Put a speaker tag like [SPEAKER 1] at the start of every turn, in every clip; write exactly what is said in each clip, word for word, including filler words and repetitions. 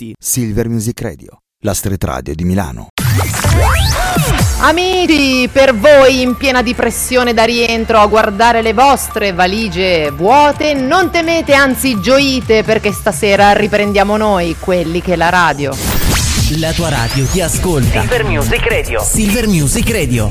[SPEAKER 1] minuti.
[SPEAKER 2] Silver Music Radio, la street radio di Milano.
[SPEAKER 3] Amici, per voi in piena depressione da rientro a guardare le vostre valigie vuote, non temete, anzi gioite, perché stasera riprendiamo noi, quelli che la radio.
[SPEAKER 1] La tua radio ti ascolta.
[SPEAKER 4] Silver Music Radio.
[SPEAKER 1] Silver Music Radio.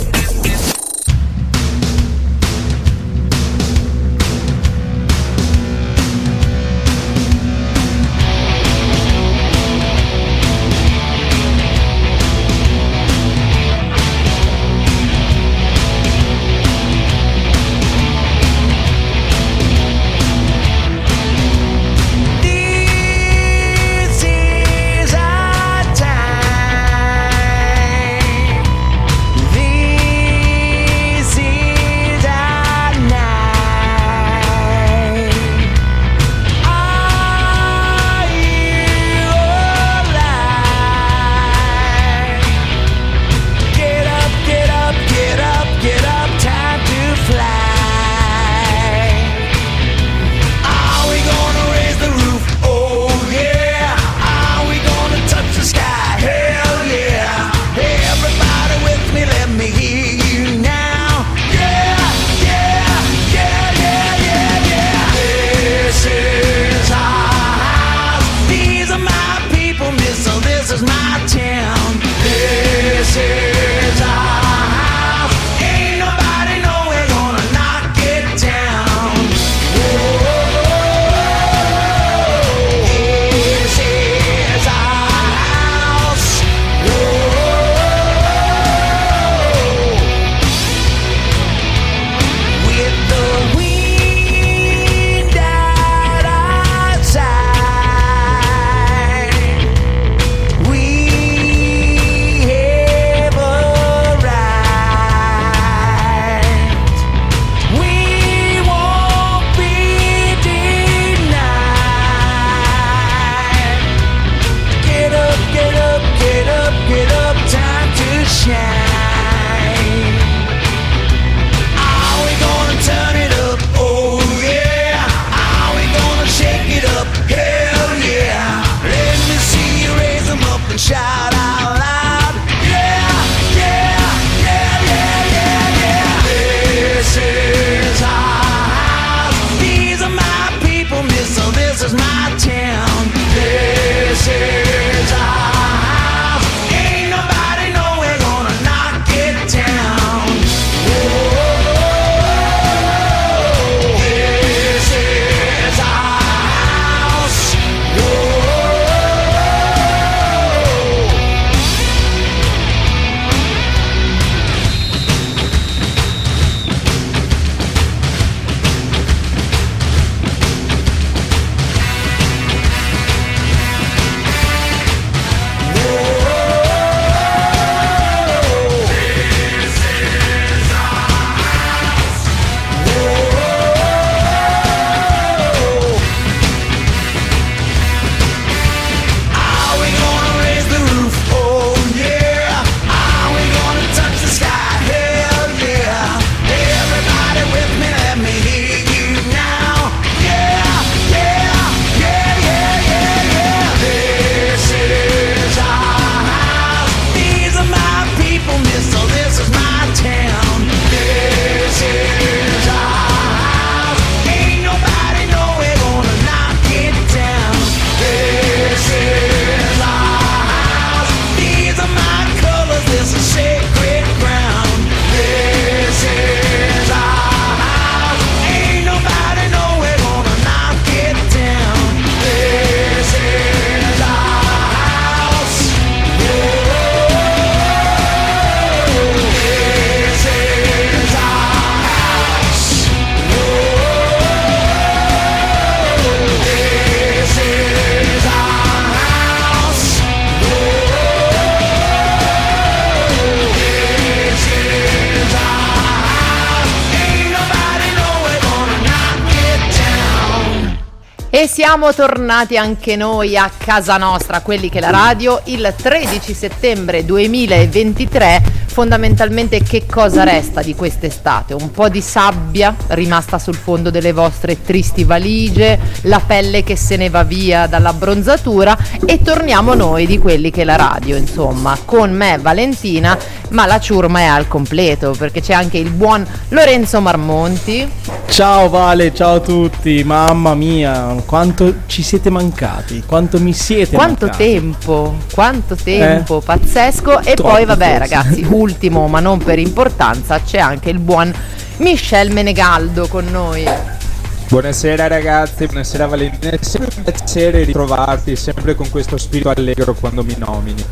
[SPEAKER 3] E siamo tornati anche noi a casa nostra, quelli che la radio, il tredici settembre duemilaventitré, fondamentalmente che cosa resta di quest'estate? Un po' di sabbia rimasta sul fondo delle vostre tristi valigie, la pelle che se ne va via dall'abbronzatura, e torniamo noi di quelli che la radio, insomma, con me Valentina, ma la ciurma è al completo perché c'è anche il buon Lorenzo Marmonti.
[SPEAKER 4] Ciao Vale, ciao a tutti, mamma mia, quanto ci siete mancati, quanto mi siete
[SPEAKER 3] quanto
[SPEAKER 4] mancati.
[SPEAKER 3] tempo, quanto tempo,
[SPEAKER 4] eh?
[SPEAKER 3] pazzesco. E
[SPEAKER 4] Troppo,
[SPEAKER 3] poi vabbè
[SPEAKER 4] forse.
[SPEAKER 3] Ragazzi, ultimo ma non per importanza, c'è anche il buon Michel Menegaldo con noi.
[SPEAKER 5] Buonasera ragazzi, buonasera Valentina, è sempre un piacere ritrovarti, sempre con questo spirito allegro quando mi nomini.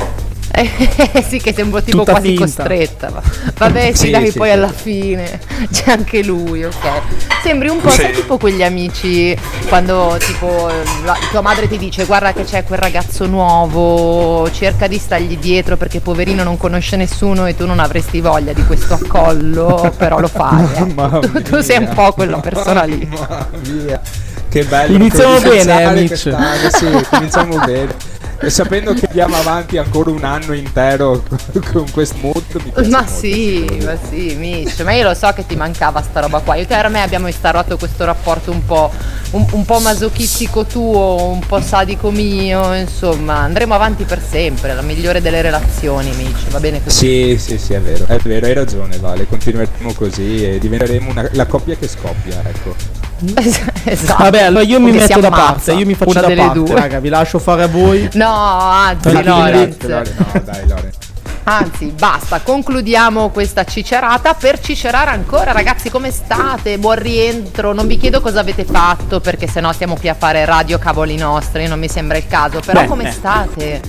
[SPEAKER 3] Eh, sì, che sembro tipo
[SPEAKER 4] Tutta
[SPEAKER 3] quasi
[SPEAKER 4] finta.
[SPEAKER 3] costretta. va- Vabbè, sì,
[SPEAKER 5] Sì,
[SPEAKER 3] dai,
[SPEAKER 5] sì,
[SPEAKER 3] poi
[SPEAKER 5] sì.
[SPEAKER 3] alla fine c'è anche lui, ok. Sembri un po'
[SPEAKER 5] Sì.
[SPEAKER 3] sai, tipo quegli amici quando tipo la, tua madre ti dice guarda che c'è quel ragazzo nuovo, cerca di stargli dietro perché poverino non conosce nessuno e tu non avresti voglia di questo accollo, però lo fai. eh.
[SPEAKER 5] Mamma
[SPEAKER 3] tu, tu sei un
[SPEAKER 5] mia.
[SPEAKER 3] po' quella persona lì.
[SPEAKER 5] Mamma mia, che bello.
[SPEAKER 4] Iniziamo
[SPEAKER 5] per
[SPEAKER 4] bene,
[SPEAKER 5] iniziare
[SPEAKER 4] eh, Mitch.
[SPEAKER 5] quest'anno, Sì, iniziamo bene. E sapendo che andiamo avanti ancora un anno intero con questo mood, mi piace
[SPEAKER 3] Ma
[SPEAKER 5] molto,
[SPEAKER 3] sì, ma sì, Mitch, ma io lo so che ti mancava sta roba qua. Io e me abbiamo instaurato questo rapporto un po', un, un po' masochistico tuo, un po' sadico mio, insomma, andremo avanti per sempre, la migliore delle relazioni, Mitch, va bene così?
[SPEAKER 5] Sì, sì, sì, è vero, è vero, hai ragione Vale, continueremo così e diventeremo una, la coppia che scoppia, ecco.
[SPEAKER 3] Esatto.
[SPEAKER 4] Vabbè, allora io mi
[SPEAKER 3] O che
[SPEAKER 4] metto
[SPEAKER 3] si
[SPEAKER 4] da
[SPEAKER 3] ammazza,
[SPEAKER 4] parte, io mi faccio
[SPEAKER 3] una
[SPEAKER 4] da
[SPEAKER 3] delle
[SPEAKER 4] parte,
[SPEAKER 3] due.
[SPEAKER 4] raga, vi lascio fare a voi.
[SPEAKER 3] No, anzi,
[SPEAKER 4] Tranquilli,
[SPEAKER 3] Lorenz.
[SPEAKER 5] Grazie, Lore. No, dai Lore.
[SPEAKER 3] Anzi, basta, concludiamo questa cicerata per cicerare ancora, ragazzi, come state? Buon rientro, non vi chiedo cosa avete fatto perché sennò stiamo qui a fare radio cavoli nostri, non mi sembra il caso, però
[SPEAKER 4] Beh,
[SPEAKER 3] come
[SPEAKER 4] eh.
[SPEAKER 3] state?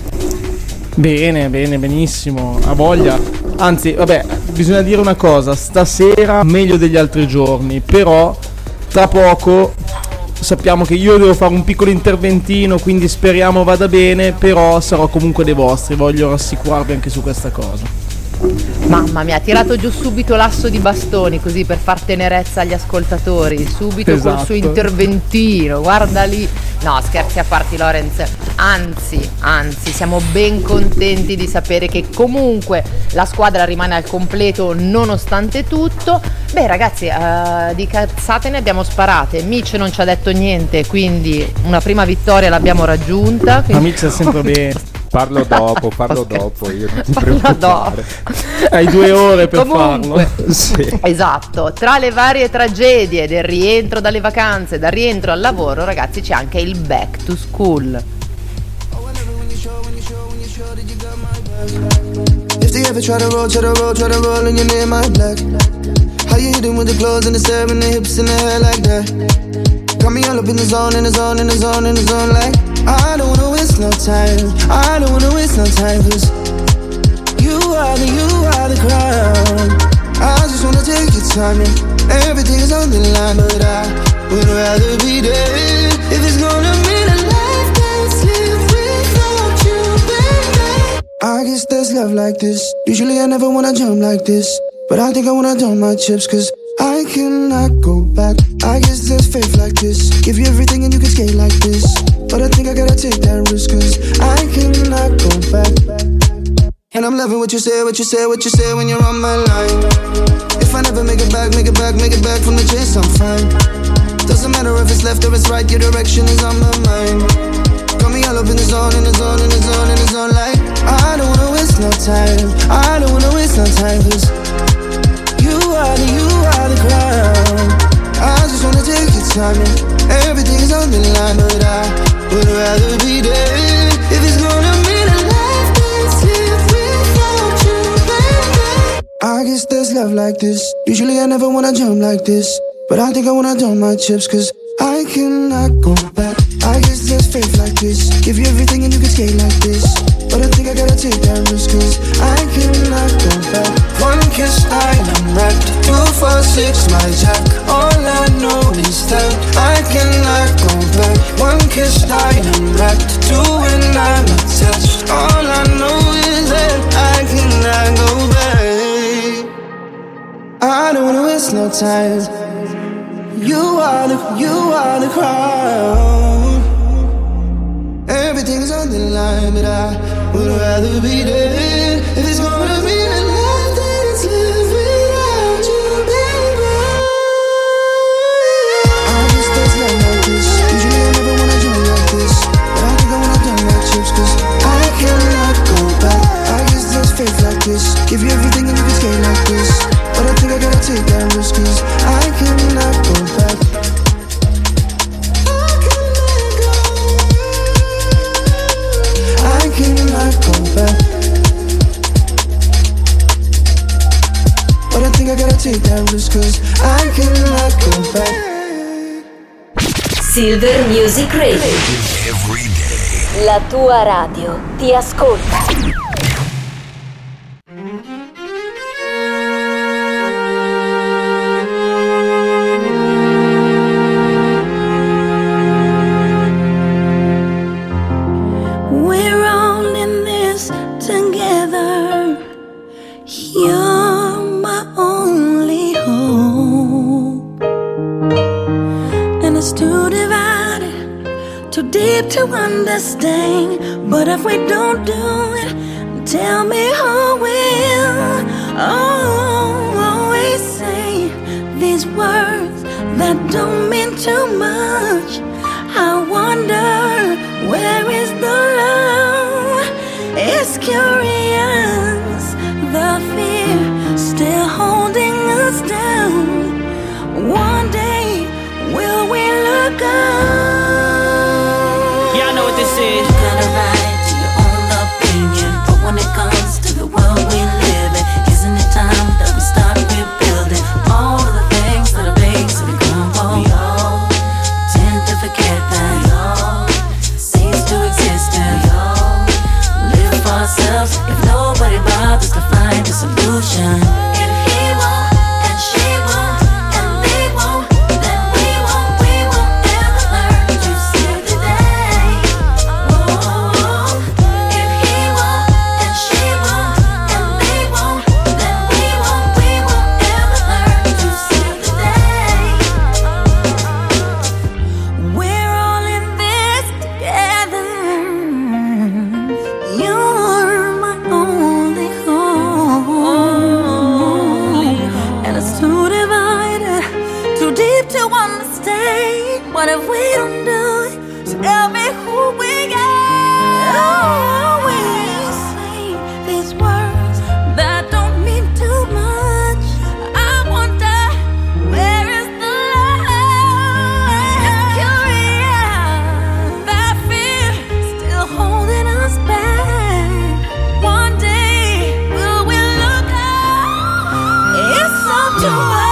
[SPEAKER 4] Bene, bene, benissimo, a voglia. Anzi, vabbè, bisogna dire una cosa, stasera meglio degli altri giorni, però tra poco sappiamo che io devo fare un piccolo interventino, quindi speriamo vada bene, però sarò comunque dei vostri, voglio rassicurarvi anche su questa cosa.
[SPEAKER 3] Mamma mia, ha tirato giù subito l'asso di bastoni così per far tenerezza agli ascoltatori, subito col
[SPEAKER 4] Esatto.
[SPEAKER 3] suo interventino, guarda lì. No, scherzi a parte, Lorenz, anzi, anzi, siamo ben contenti di sapere che comunque la squadra rimane al completo nonostante tutto. Beh ragazzi, eh, di cazzate ne abbiamo sparate, Mitch non ci ha detto niente, quindi una prima vittoria l'abbiamo raggiunta. quindi-
[SPEAKER 4] Amici è sempre bene.
[SPEAKER 5] Parlo dopo, parlo
[SPEAKER 3] Scherzo.
[SPEAKER 5] dopo, io non ti
[SPEAKER 3] Parlo
[SPEAKER 5] preoccupare.
[SPEAKER 4] Hai due ore per
[SPEAKER 3] Comunque,
[SPEAKER 4] farlo.
[SPEAKER 5] Sì.
[SPEAKER 3] esatto, tra le varie tragedie del rientro dalle vacanze, dal rientro al lavoro, ragazzi, c'è anche il back to school.
[SPEAKER 6] If they ever try to roll, try to roll, try to roll and your name my black. How you hitting with the clothes and the stare and the hips and the hair like that? Got me all up in the zone, in the zone, in the zone, in the zone like I don't wanna waste no time, I don't wanna waste no time cause you are the, you are the crown. I just wanna take your time and everything is on the line, but I would rather be there if it's gonna mean a life that's lived without you, baby. I guess there's love like this. Usually I never wanna jump like this, but I think I wanna dump my chips cause I cannot go back. I guess there's faith like this. Give you everything and you can skate like this, but I think I gotta take that risk cause I cannot go back. And I'm loving what you say, what you say, what you say when you're on my line. If I never make it back, make it back, make it back from the chase, I'm fine. Doesn't matter if it's left or it's right, your direction is on my mind. Got me all up in the zone, in the zone, in the zone, in the zone like I don't wanna waste no time, I don't wanna waste no time cause you are the, you are the crown. I just wanna take your time and everything is on the line, but I would rather be there if it's gonna mean a life that's lived without you, baby. I guess there's love like this. Usually I never wanna jump like this, but I think I wanna dump my chips cause I cannot go back. I guess there's faith like this. Give you everything and you can skate like this, but I think I gotta take that risk cause I cannot go back. One kiss, nine, I'm wrapped. Two, four, six, my jack. All I know is that I cannot go back. One kiss, nine, I'm wrapped. Two and I'm attached. All I know is that I cannot go back. I don't wanna waste no time. You are the, you are the crown. Everything's on the line, but I would rather be there if it's gonna be the life. take that risk, cause I cannot go back.
[SPEAKER 7] Silver Music Radio. Every day. La tua radio ti ascolta.
[SPEAKER 8] To understand, but if we don't do it, tell me who will. Oh, always say these words that don't mean too much. I wonder, where is the love? It's curious, the fear still holding us down. One day, will we look up?
[SPEAKER 9] You got a right to your own opinion, but when it comes to the world we live in, isn't it time that we start rebuilding all of the things that are based on the ground? We all tend to forget that we all cease to exist and we all live for ourselves if nobody bothers to find a solution. If he won't and she won't and they won't, then we won't, we won't ever learn to see the day. What if we don't do it? Tell me who we got. Always say these words that don't mean too much. I wonder, where is the love? It's curious, that fear still holding us back. One day, will we look up? It's up to us.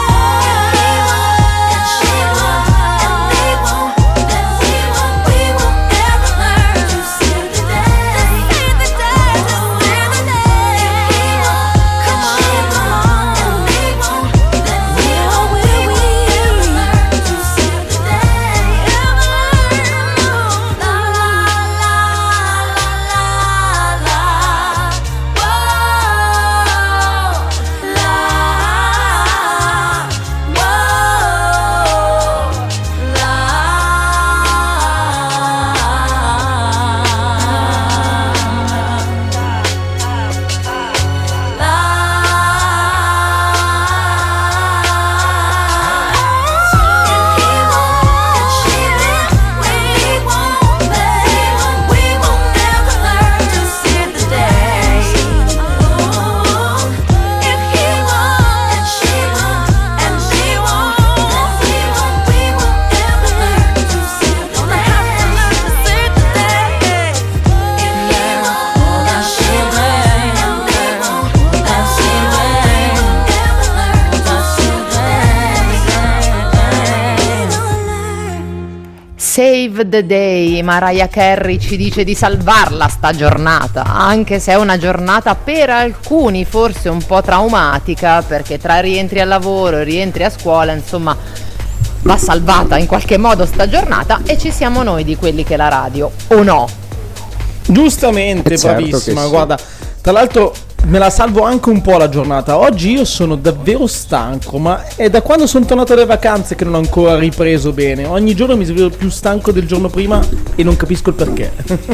[SPEAKER 3] Save the day, Mariah Carey ci dice di salvarla sta giornata, anche se è una giornata per alcuni forse un po' traumatica, perché tra rientri al lavoro e rientri a scuola, insomma, va salvata in qualche modo sta giornata, e ci siamo noi di quelli che la radio, o no?
[SPEAKER 4] Giustamente,
[SPEAKER 5] certo,
[SPEAKER 4] bravissima,
[SPEAKER 5] sì.
[SPEAKER 4] Guarda, tra l'altro me la salvo anche un po' la giornata. Oggi io sono davvero stanco, ma è da quando sono tornato dalle vacanze che non ho ancora ripreso bene. Ogni giorno mi sveglio più stanco del giorno prima e non capisco il perché.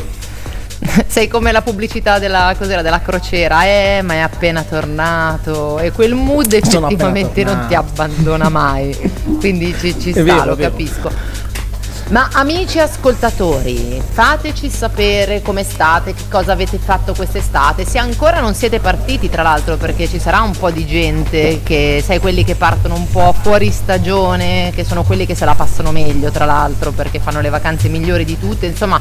[SPEAKER 3] Sei come la pubblicità della, cos'era, della crociera, eh, ma è appena tornato, e quel mood effettivamente non ti abbandona mai, quindi ci, ci sta, vero, lo capisco. Ma amici ascoltatori, fateci sapere come state, che cosa avete fatto quest'estate, se ancora non siete partiti, tra l'altro, perché ci sarà un po' di gente che, sai, quelli che partono un po' fuori stagione, che sono quelli che se la passano meglio, tra l'altro, perché fanno le vacanze migliori di tutte, insomma,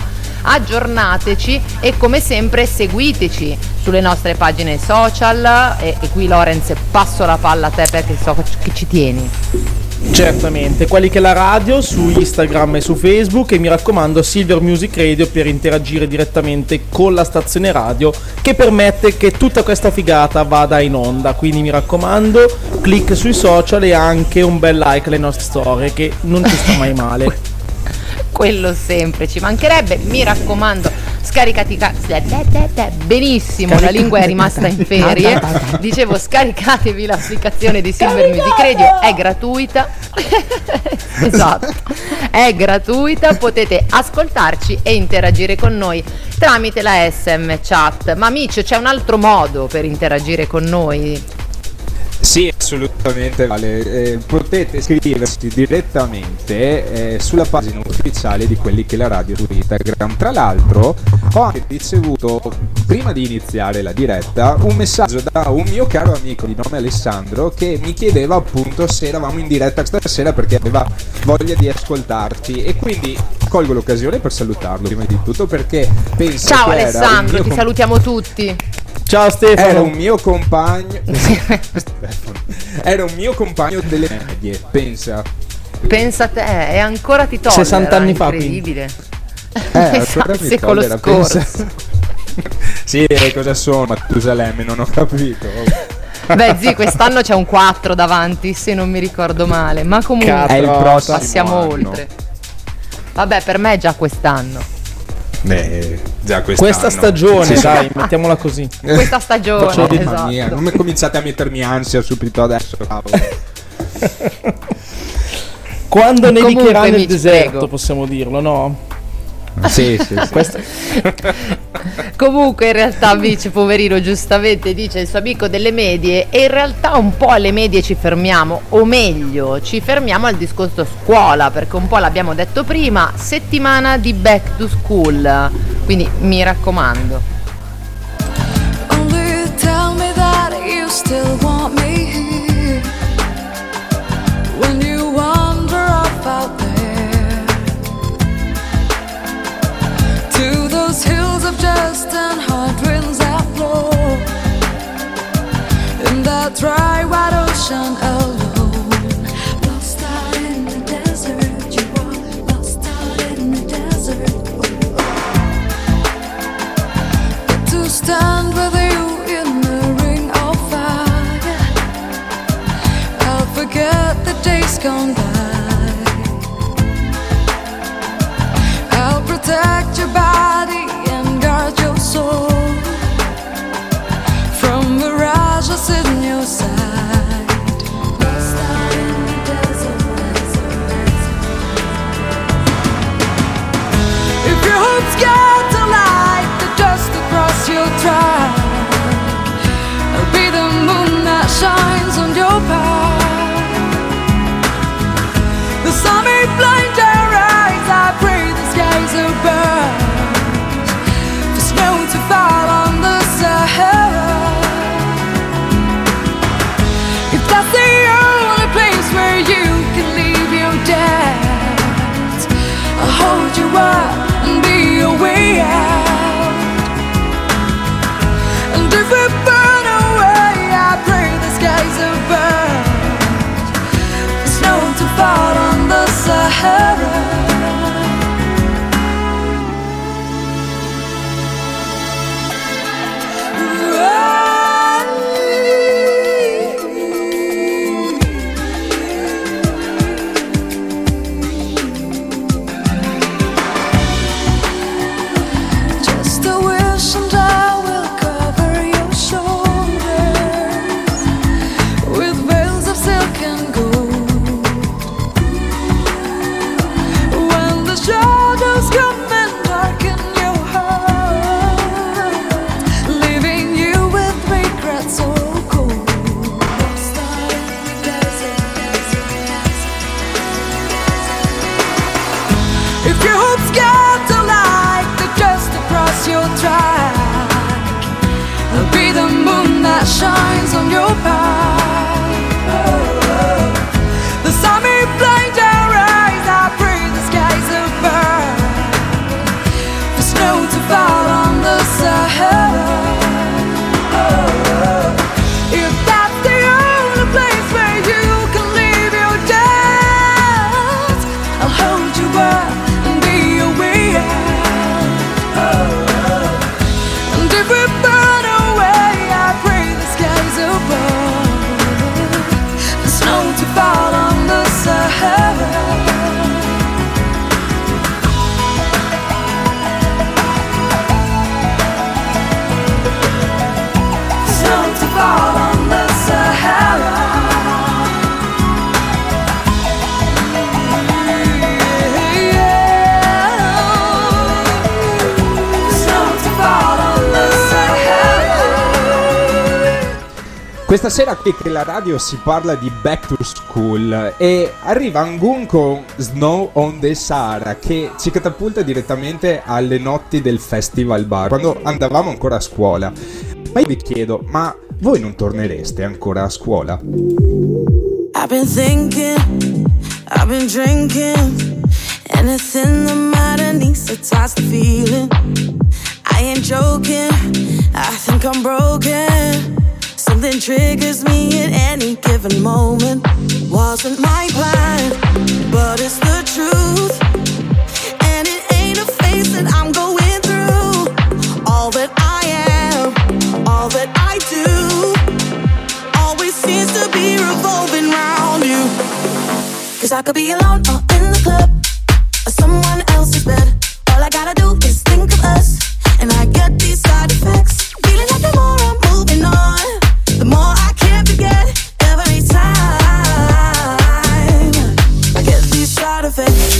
[SPEAKER 3] aggiornateci e come sempre seguiteci sulle nostre pagine social e, e qui Lorenz passo la palla a te perché so che ci tieni.
[SPEAKER 4] Certamente, quelli che la radio su Instagram e su Facebook e mi raccomando Silver Music Radio per interagire direttamente con la stazione radio che permette che tutta questa figata vada in onda, quindi mi raccomando clic sui social e anche un bel like alle nostre storie che non ci sta mai male.
[SPEAKER 3] Quello sempre, ci mancherebbe, mi raccomando scaricati ca- benissimo, la lingua è rimasta in ferie. Dicevo, scaricatevi l'applicazione di Silver Music Radio, è gratuita. Esatto, è gratuita, potete ascoltarci e interagire con noi tramite la S M Chat. Ma amici, c'è un altro modo per interagire con noi?
[SPEAKER 5] Sì, assolutamente vale. Eh, potete iscriversi direttamente eh, sulla pagina ufficiale di Quelli che la radio su Instagram. Tra l'altro ho anche ricevuto, prima di iniziare la diretta, un messaggio da un mio caro amico di nome Alessandro che mi chiedeva appunto se eravamo in diretta stasera perché aveva voglia di ascoltarci, e quindi colgo l'occasione per salutarlo prima di tutto perché penso
[SPEAKER 3] ciao
[SPEAKER 5] che
[SPEAKER 3] Alessandro, ti
[SPEAKER 5] com-
[SPEAKER 3] salutiamo tutti.
[SPEAKER 4] Ciao Stefano.
[SPEAKER 5] Era un mio compagno Era un mio compagno delle medie, pensa.
[SPEAKER 3] Pensa a te, e ancora ti tollera.
[SPEAKER 4] sessanta anni fa,
[SPEAKER 3] incredibile.
[SPEAKER 5] Eh,
[SPEAKER 3] Esatto,
[SPEAKER 5] il
[SPEAKER 3] secolo scorso.
[SPEAKER 5] Sì, cosa sono Mattusalemme, non ho capito.
[SPEAKER 3] Beh zii, quest'anno c'è un quattro davanti, se non mi ricordo male. Ma comunque
[SPEAKER 5] è il prossimo
[SPEAKER 3] passiamo
[SPEAKER 5] anno.
[SPEAKER 3] oltre. Vabbè, per me è già quest'anno.
[SPEAKER 5] Beh, già quest'anno.
[SPEAKER 4] Questa stagione,
[SPEAKER 5] sì,
[SPEAKER 4] dai, mettiamola così.
[SPEAKER 3] Questa stagione,
[SPEAKER 5] Faccio di-
[SPEAKER 3] esatto.
[SPEAKER 5] Mamma mia, come cominciate a mettermi ansia subito adesso, cavolo.
[SPEAKER 4] Quando
[SPEAKER 3] Comunque,
[SPEAKER 4] nevicherà nel
[SPEAKER 3] amici,
[SPEAKER 4] deserto,
[SPEAKER 3] prego.
[SPEAKER 4] possiamo dirlo, no?
[SPEAKER 5] Sì, sì, sì.
[SPEAKER 4] Questa-
[SPEAKER 3] Comunque in realtà amici, poverino, giustamente dice il suo amico delle medie, e in realtà un po' alle medie ci fermiamo, o meglio ci fermiamo al discorso scuola, perché un po' l'abbiamo detto prima, settimana di back to school, quindi mi raccomando.
[SPEAKER 8] Only tell me that you still want me here when you wander off out there to those hills of dust and hard winds that blow in that dry white ocean alone. Lost out in the desert, you are lost out in the desert. But to stand with you in the ring of fire, I'll forget the days gone by. I'll protect your body and guard your soul from mirages in your sight. Lost out in the desert. If your hopes get to light the dust across your track, I'll be the moon that shines on your path.
[SPEAKER 5] Questa sera qui che la radio si parla di Back to School e arriva Angun con Snow on the Sahara che ci catapulta direttamente alle notti del Festival Bar, quando andavamo ancora a scuola. Ma io vi chiedo, ma voi non tornereste ancora a scuola?
[SPEAKER 8] I've been thinking, I've been drinking, anything that matter needs to touch the feeling. I ain't joking, I think I'm broken. Something triggers me at any given moment. Wasn't my plan, but it's the truth. And it ain't a phase that I'm going through. All that I am, all that I do, always seems to be revolving around you. Cause I could be alone or in the club, or someone else's bed. All I gotta do is think of us, and I get these side effects. Feeling like the more I'm moving on, the more I can't forget. Every time I get these side effects.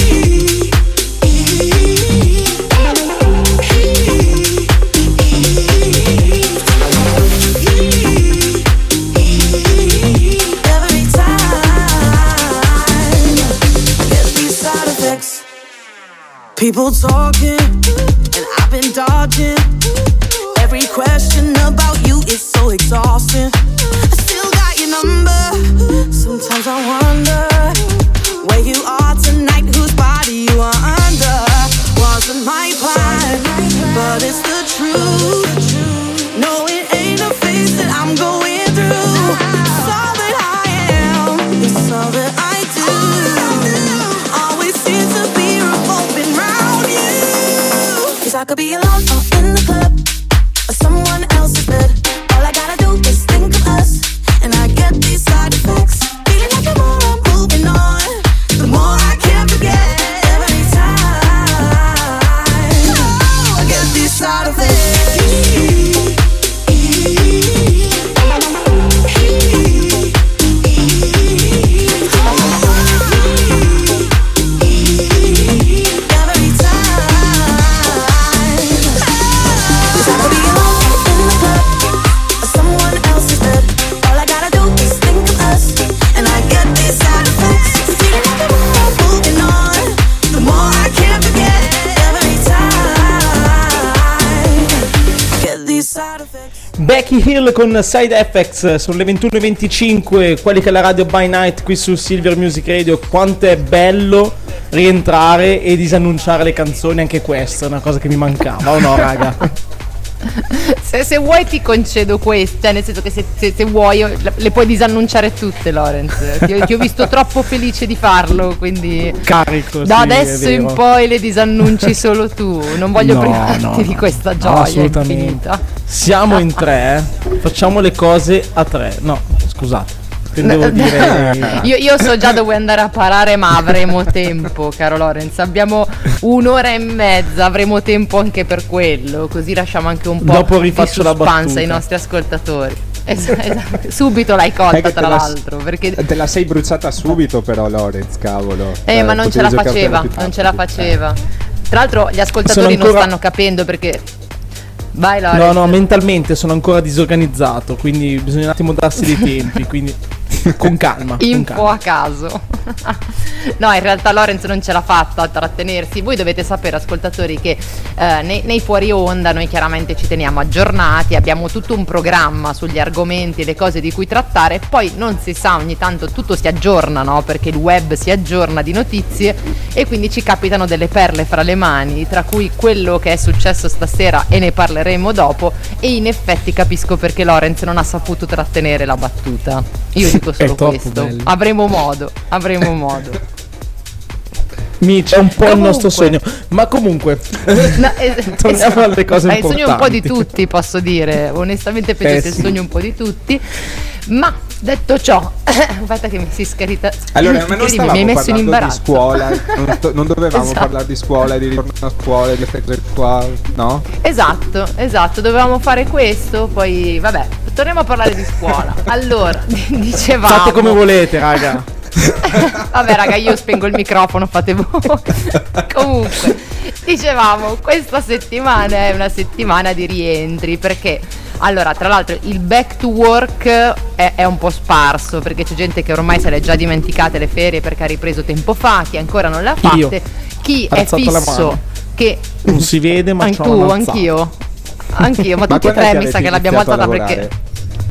[SPEAKER 8] Every time I get these side effects. People talking, and I've been dodging. Every question about you is so exhausting. I still got your number. Sometimes I wonder where you are tonight, whose body you are under. Wasn't my plan, but it's the truth. No, it ain't a phase that I'm going through. It's all that I am, it's all that I do. Always seems to be revolving around you. Cause I could be alone or in the club, or someone else's bed. All I gotta do is think of us, and I get these side effects. Feeling like the more I'm moving on, the more I can't forget. Every time I get these side effects.
[SPEAKER 4] Becky Hill con Side Effects. Sono le ventuno e venticinque, quelli che è la radio by night qui su Silver Music Radio. Quanto è bello rientrare e disannunciare le canzoni, anche questa è una cosa che mi mancava, o no raga?
[SPEAKER 3] Se, se vuoi ti concedo questo, cioè nel senso che se, se, se vuoi le puoi disannunciare tutte, Lorenz. Ti, ti ho visto troppo felice di farlo, quindi
[SPEAKER 4] carico.
[SPEAKER 3] Da
[SPEAKER 4] sì,
[SPEAKER 3] adesso in poi le disannunci solo tu. Non voglio
[SPEAKER 4] no,
[SPEAKER 3] privarti
[SPEAKER 4] no,
[SPEAKER 3] di
[SPEAKER 4] no,
[SPEAKER 3] questa
[SPEAKER 4] no,
[SPEAKER 3] gioia
[SPEAKER 4] assolutamente.
[SPEAKER 3] infinita.
[SPEAKER 4] Siamo in tre, facciamo le cose a tre. No, scusate. Devo dire...
[SPEAKER 3] io, io so già dove andare a parare, ma avremo tempo, caro Lorenz. Abbiamo un'ora e mezza, avremo tempo anche per quello. Così lasciamo anche un po'
[SPEAKER 4] Dopo
[SPEAKER 3] di
[SPEAKER 4] rifaccio la
[SPEAKER 3] suspense
[SPEAKER 4] battuta
[SPEAKER 3] ai nostri ascoltatori. Esatto, esatto. Subito l'hai colta, tra
[SPEAKER 5] la,
[SPEAKER 3] l'altro, perché
[SPEAKER 5] te la sei bruciata subito, però, Lorenz, cavolo.
[SPEAKER 3] Eh,
[SPEAKER 5] eh
[SPEAKER 3] ma non ce la faceva, non ce la faceva. Tra l'altro gli ascoltatori ancora... non stanno capendo perché. Vai, Lorenz.
[SPEAKER 4] No, no, mentalmente sono ancora disorganizzato, quindi bisogna un attimo darsi dei tempi, quindi con calma.
[SPEAKER 3] Info
[SPEAKER 4] con calma.
[SPEAKER 3] a caso. No, in realtà Lorenz non ce l'ha fatta a trattenersi. Voi dovete sapere, ascoltatori, che eh, nei, nei fuori onda noi chiaramente ci teniamo aggiornati, abbiamo tutto un programma sugli argomenti e le cose di cui trattare. Poi non si sa, ogni tanto tutto si aggiorna, no? Perché il web si aggiorna di notizie e quindi ci capitano delle perle fra le mani, tra cui quello che è successo stasera, e ne parleremo dopo. E in effetti capisco perché Lorenz non ha saputo trattenere la battuta. Io dico solo questo. Bello. Avremo modo, avremo modo.
[SPEAKER 4] Mitch, è un po' comunque, il nostro sogno. Ma comunque
[SPEAKER 3] no, es-
[SPEAKER 4] torniamo
[SPEAKER 3] es-
[SPEAKER 4] alle cose
[SPEAKER 3] è
[SPEAKER 4] importanti.
[SPEAKER 3] È il sogno un po' di tutti, posso dire. Onestamente penso
[SPEAKER 4] eh,
[SPEAKER 3] sia
[SPEAKER 4] sì.
[SPEAKER 3] il sogno un po' di tutti. Ma detto ciò, aspetta che mi si scarita.
[SPEAKER 5] Allora, ma non stavamo
[SPEAKER 3] mi hai messo in imbarazzo
[SPEAKER 5] di scuola, non, to- non dovevamo
[SPEAKER 3] esatto.
[SPEAKER 5] parlare di scuola, di ritorno a scuola, di queste cose qua, no?
[SPEAKER 3] Esatto, esatto, dovevamo fare questo, poi vabbè, torniamo a parlare di scuola. Allora, dicevamo.
[SPEAKER 4] Fate come volete, raga.
[SPEAKER 3] Vabbè, raga, io spengo il microfono, fate voi. Comunque, dicevamo, questa settimana è una settimana di rientri, perché Allora, tra l'altro il back to work è, è un po' sparso, perché c'è gente che ormai se le è già dimenticate le ferie perché ha ripreso tempo fa, chi ancora non le ha fatte.
[SPEAKER 4] Io.
[SPEAKER 3] Chi è fisso che
[SPEAKER 4] non si vede, ma
[SPEAKER 3] An-
[SPEAKER 4] c'ho
[SPEAKER 3] tu,
[SPEAKER 4] una alzata.
[SPEAKER 3] anch'io. Anch'io, ma,
[SPEAKER 5] Ma
[SPEAKER 3] tutti e
[SPEAKER 5] quando è
[SPEAKER 3] tre
[SPEAKER 5] che
[SPEAKER 3] mi sa
[SPEAKER 5] avete
[SPEAKER 3] che l'abbiamo
[SPEAKER 5] iniziato a
[SPEAKER 3] alzata perché
[SPEAKER 5] lavorare?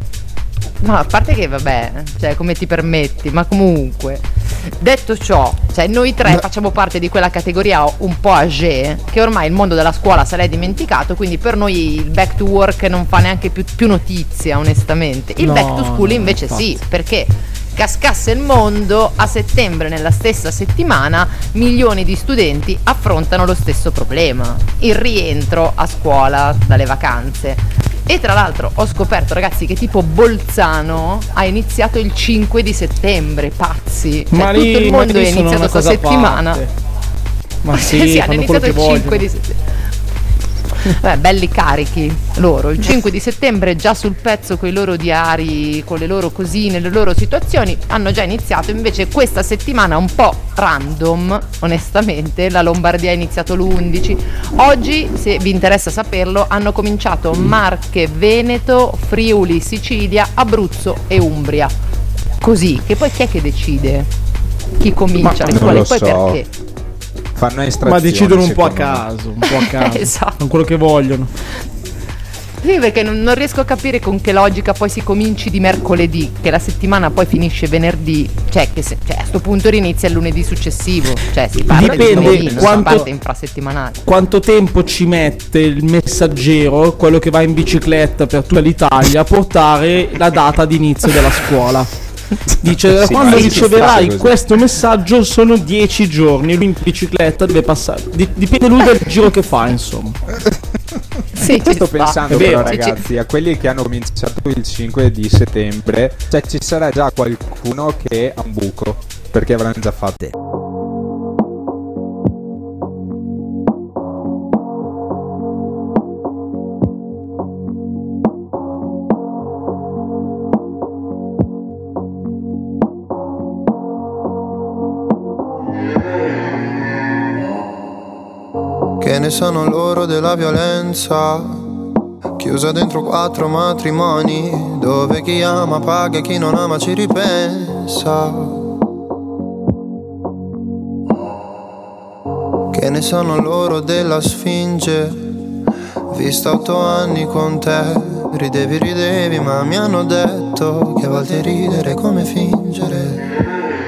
[SPEAKER 3] no, a parte che vabbè, cioè come ti permetti, ma comunque detto ciò, cioè noi tre facciamo parte di quella categoria un po' âgée che ormai il mondo della scuola se l'è dimenticato, quindi per noi il back to work non fa neanche più, più notizia, onestamente. Il
[SPEAKER 4] No,
[SPEAKER 3] back to school
[SPEAKER 4] no,
[SPEAKER 3] invece
[SPEAKER 4] infatti.
[SPEAKER 3] sì, perché cascasse il mondo, a settembre nella stessa settimana milioni di studenti affrontano lo stesso problema, il rientro a scuola dalle vacanze. E tra l'altro ho scoperto, ragazzi, che tipo Bolzano ha iniziato il cinque di settembre, pazzi. Cioè,
[SPEAKER 4] Ma
[SPEAKER 3] tutto
[SPEAKER 4] lì-
[SPEAKER 3] il
[SPEAKER 4] ma
[SPEAKER 3] mondo
[SPEAKER 4] lì
[SPEAKER 3] è
[SPEAKER 4] sono
[SPEAKER 3] iniziato
[SPEAKER 4] una
[SPEAKER 3] sta
[SPEAKER 4] cosa a
[SPEAKER 3] settimana.
[SPEAKER 4] parte. Ma sì,
[SPEAKER 3] sì, hanno
[SPEAKER 4] fanno
[SPEAKER 3] iniziato
[SPEAKER 4] quello
[SPEAKER 3] il
[SPEAKER 4] che
[SPEAKER 3] cinque di
[SPEAKER 4] vogliono.
[SPEAKER 3] settembre. Beh, belli carichi loro, il cinque di settembre già sul pezzo con i loro diari, con le loro cosine, le loro situazioni, hanno già iniziato. Invece questa settimana un po' random, onestamente, la Lombardia ha iniziato l'undici. Oggi, se vi interessa saperlo, hanno cominciato Marche, Veneto, Friuli, Sicilia, Abruzzo e Umbria. Così, che poi chi è che decide? Chi comincia le
[SPEAKER 5] non
[SPEAKER 3] scuole?
[SPEAKER 5] lo
[SPEAKER 3] Poi
[SPEAKER 5] so.
[SPEAKER 3] perché?
[SPEAKER 5] Fanno estrazioni,
[SPEAKER 4] Ma decidono un po' a
[SPEAKER 5] secondo me.
[SPEAKER 4] caso, un po' a caso.
[SPEAKER 3] Esatto.
[SPEAKER 4] Con quello che vogliono.
[SPEAKER 3] Sì, perché non, non riesco a capire con che logica poi si cominci di mercoledì, che la settimana poi finisce venerdì, cioè che se, cioè, a sto punto rinizia il lunedì successivo, cioè si parla
[SPEAKER 4] Dipende
[SPEAKER 3] di lunedì, non si
[SPEAKER 4] quanto-
[SPEAKER 3] parte infrasettimanale.
[SPEAKER 4] Quanto tempo ci mette il messaggero, quello che va in bicicletta per tutta l'Italia, a portare la data di inizio della scuola? Dice,
[SPEAKER 5] Sì,
[SPEAKER 4] quando
[SPEAKER 5] ma
[SPEAKER 4] riceverai
[SPEAKER 5] così.
[SPEAKER 4] questo messaggio sono dieci giorni, lui in bicicletta deve passare, di- dipende lui dal giro che fa, insomma.
[SPEAKER 3] Sì, ci
[SPEAKER 5] Sto
[SPEAKER 3] sta.
[SPEAKER 5] pensando
[SPEAKER 4] È
[SPEAKER 5] però,
[SPEAKER 4] vero.
[SPEAKER 5] ragazzi, a quelli che hanno cominciato il cinque di settembre, cioè ci sarà già qualcuno che ha un buco, perché avranno già fatto.
[SPEAKER 6] Che ne sanno loro della violenza? Chiusa dentro quattro matrimoni, dove chi ama paga e chi non ama ci ripensa. Che ne sanno loro della Sfinge? Vista otto anni con te, ridevi, ridevi, ma mi hanno detto che a volte ridere è come fingere.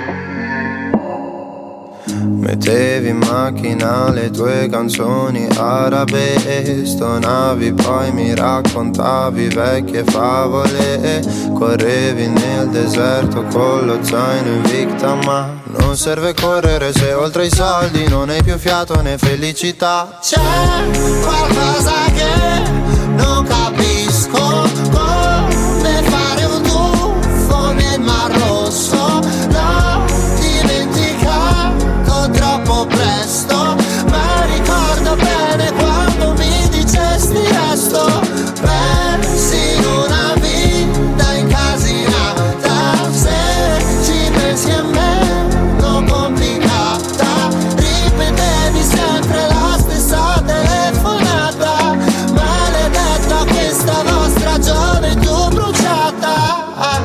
[SPEAKER 6] Mettevi in macchina le tue canzoni arabe, stonavi, poi mi raccontavi vecchie favole. Correvi nel deserto con lo zaino Invicta, ma non serve correre se oltre i soldi non hai più fiato né felicità. C'è qualcosa che non capisco, come fare un tuffo nel Mar Rosso. L'ho dimenticato troppo presto, ma ricordo bene quando mi dicesti resto. Persi in una vita incasinata, se ci pensi è meno complicata. Ripetevi sempre la stessa telefonata, maledetta questa vostra gioventù bruciata.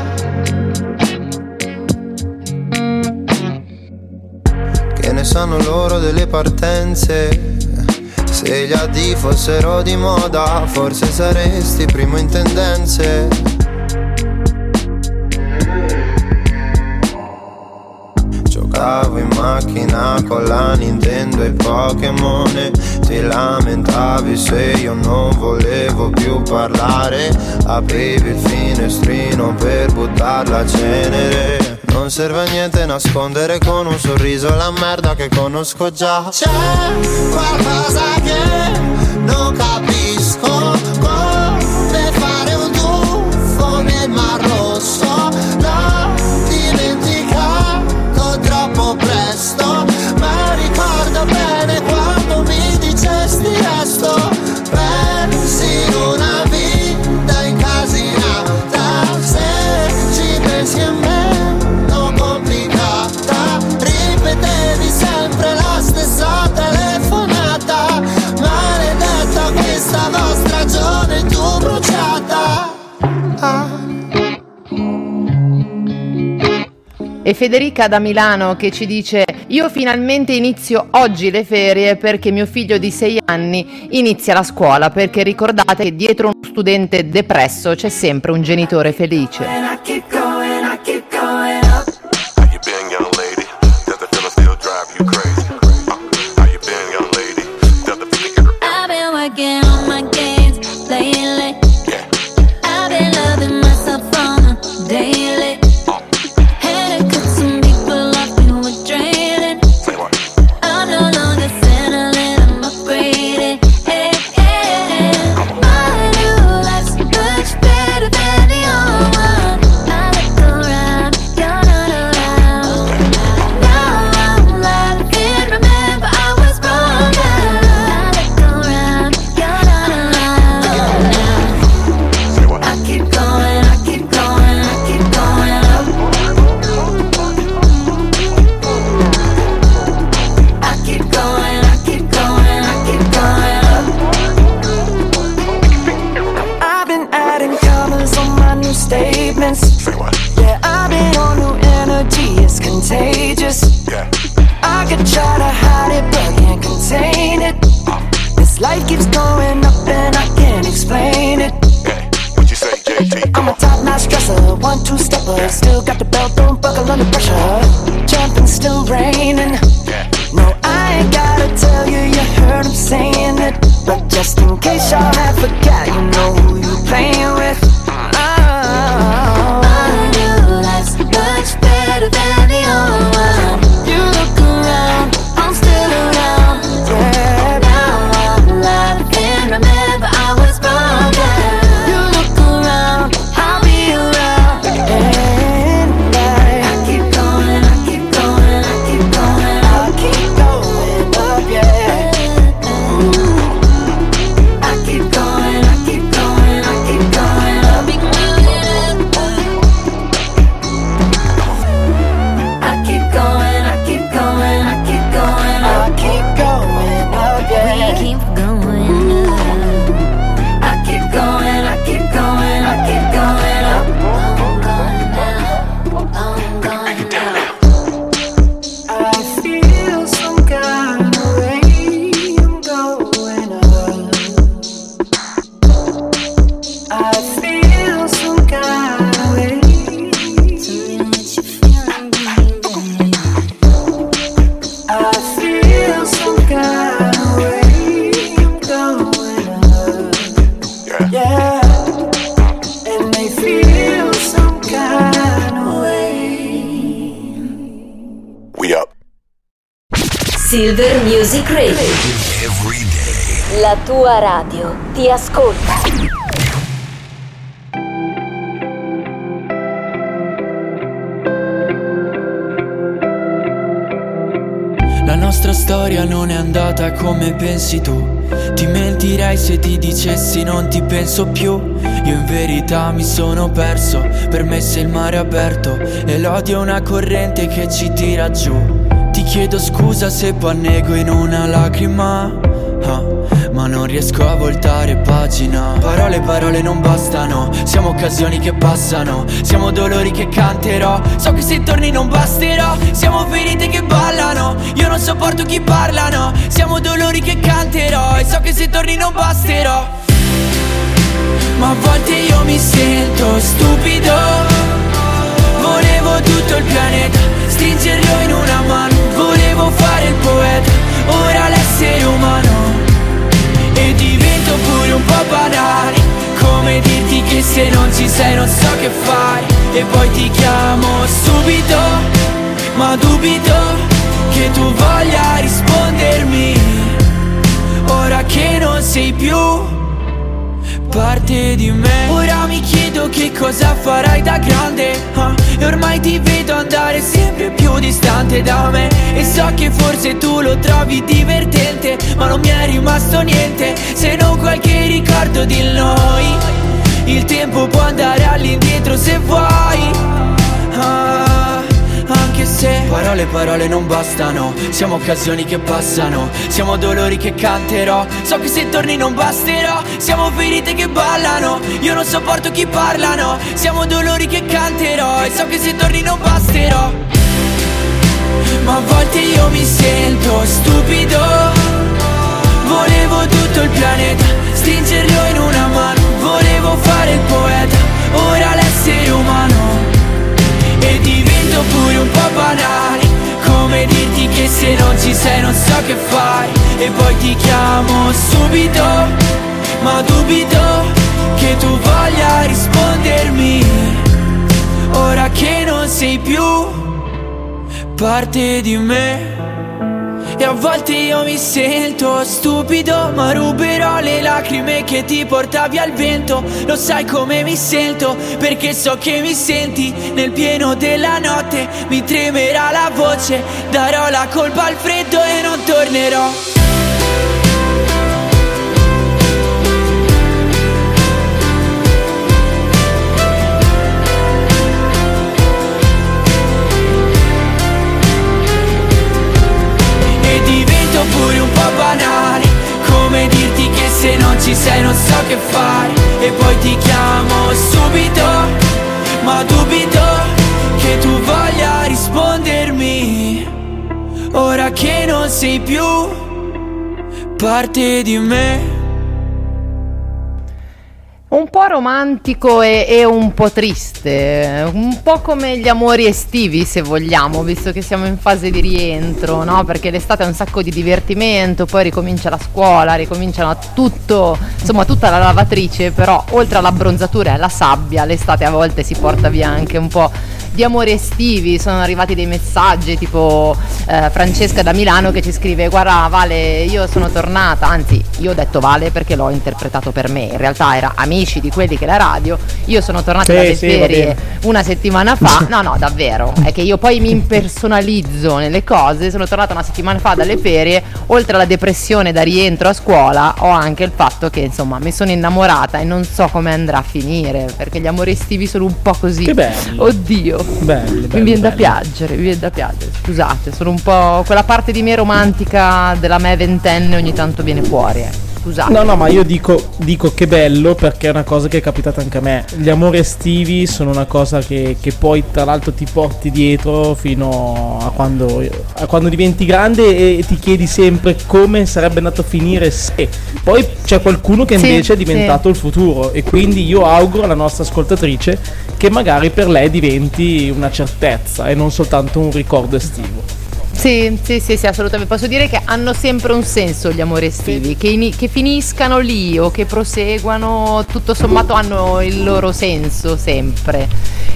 [SPEAKER 6] Che ne sanno loro delle partenze? Se gli addii fossero di moda, forse saresti primo in tendenze. Giocavo in macchina con la Nintendo e Pokémon. Ti lamentavi se io non volevo più parlare. Aprivi il finestrino per buttar la cenere. Non serve a niente nascondere con un sorriso la merda che conosco già. C'è qualcosa che non capisco, come fare un tuffo nel Mar Rosso. L'ho dimenticato troppo presto, ma ricordo bene quando mi dicesti resto. Persi in una vita incasinata, se ci pensi è meno complicata. Ripetevi sempre la stessa telefonata, maledetta questa vostra
[SPEAKER 3] E Federica da Milano che ci dice: io finalmente inizio oggi le ferie perché mio figlio di sei anni inizia la scuola, perché ricordate che dietro uno studente depresso c'è sempre un genitore felice.
[SPEAKER 7] Silver Music Radio. La tua radio ti ascolta.
[SPEAKER 10] La nostra storia non è andata come pensi tu. Ti mentirei se ti dicessi non ti penso più. Io in verità mi sono perso, per me sei il mare aperto e l'odio è una corrente che ci tira giù. Ti chiedo scusa se poi annego in una lacrima, ah, ma non riesco a voltare pagina. Parole, parole non bastano, siamo occasioni che passano, siamo dolori che canterò. So che se torni non basterò, siamo ferite che ballano, io non sopporto chi parlano. Siamo dolori che canterò e so che se torni non basterò. Ma a volte io mi sento stupido, volevo tutto il pianeta, stringerlo in una mano, volevo fare il poeta, ora l'essere umano. E divento pure un po' banale, come dirti che se non ci sei non so che fare. E poi ti chiamo subito, ma dubito che tu voglia rispondermi, ora che non sei più parte di me. Ora mi chiedo che cosa farai da grande, ah, e ormai ti vedo andare sempre più distante da me. E so che forse tu lo trovi divertente, ma non mi è rimasto niente se non qualche ricordo di noi. Il tempo può andare all'indietro se vuoi, ah, anche se Parole, parole non bastano, siamo occasioni che passano, siamo dolori che canterò, so che se torni non basterò, siamo ferite che ballano, io non sopporto chi parlano, siamo dolori che canterò e so che se torni non basterò. Ma a volte io mi sento stupido, volevo tutto il pianeta, stringerlo in una mano, volevo fare il poeta, ora l'essere umano. E divento pure un po' banale, come dirti che se non ci sei non so che fai, e poi ti chiamo subito, ma dubito che tu voglia rispondermi, ora che non sei più parte di me. E a volte io mi sento stupido, ma ruberò le lacrime che ti portavi al vento. Lo sai come mi sento, perché so che mi senti. Nel pieno della notte mi tremerà la voce, darò la colpa al freddo e non tornerò. Pure un po' banale, come dirti che se non ci sei non so che fare, e poi ti chiamo subito, ma dubito che tu voglia rispondermi, ora che non sei più parte di me.
[SPEAKER 3] Un po' romantico e, e un po' triste, un po' come gli amori estivi se vogliamo, visto che siamo in fase di rientro, no? Perché l'estate è un sacco di divertimento, poi ricomincia la scuola, ricominciano tutto, insomma tutta la lavatrice, però oltre all'abbronzatura e alla sabbia l'estate a volte si porta via anche un po' di amori estivi. Sono arrivati dei messaggi tipo eh, Francesca da Milano che ci scrive: guarda Vale, io sono tornata, anzi io ho detto Vale perché l'ho interpretato per me, in realtà era amici di quelli che la radio, io sono tornata
[SPEAKER 4] sì,
[SPEAKER 3] dalle
[SPEAKER 4] sì,
[SPEAKER 3] ferie una settimana fa, no no davvero, è che io poi mi impersonalizzo nelle cose, sono tornata una settimana fa dalle ferie, oltre alla depressione da rientro a scuola ho anche il fatto che insomma mi sono innamorata e non so come andrà a finire, perché gli amori estivi sono un po' così.
[SPEAKER 4] Che bello.
[SPEAKER 3] Oddio.
[SPEAKER 4] Belli, belli,
[SPEAKER 3] mi viene da
[SPEAKER 4] belli.
[SPEAKER 3] piangere, mi viene da piangere, scusate, sono un po' quella parte di me romantica della me ventenne ogni tanto viene fuori, eh. Scusate.
[SPEAKER 4] No, no, ma io dico, dico che bello perché è una cosa che è capitata anche a me. Gli amori estivi sono una cosa che, che poi tra l'altro ti porti dietro fino a quando, a quando diventi grande e ti chiedi sempre come sarebbe andato a finire se. Poi c'è qualcuno che invece sì, è diventato sì. il futuro, e quindi io auguro alla nostra ascoltatrice che magari per lei diventi una certezza e non soltanto un ricordo estivo.
[SPEAKER 3] Sì, sì, sì, sì, assolutamente. Posso dire che hanno sempre un senso gli amori estivi, che, in, che finiscano lì o che proseguano, tutto sommato hanno il loro senso sempre.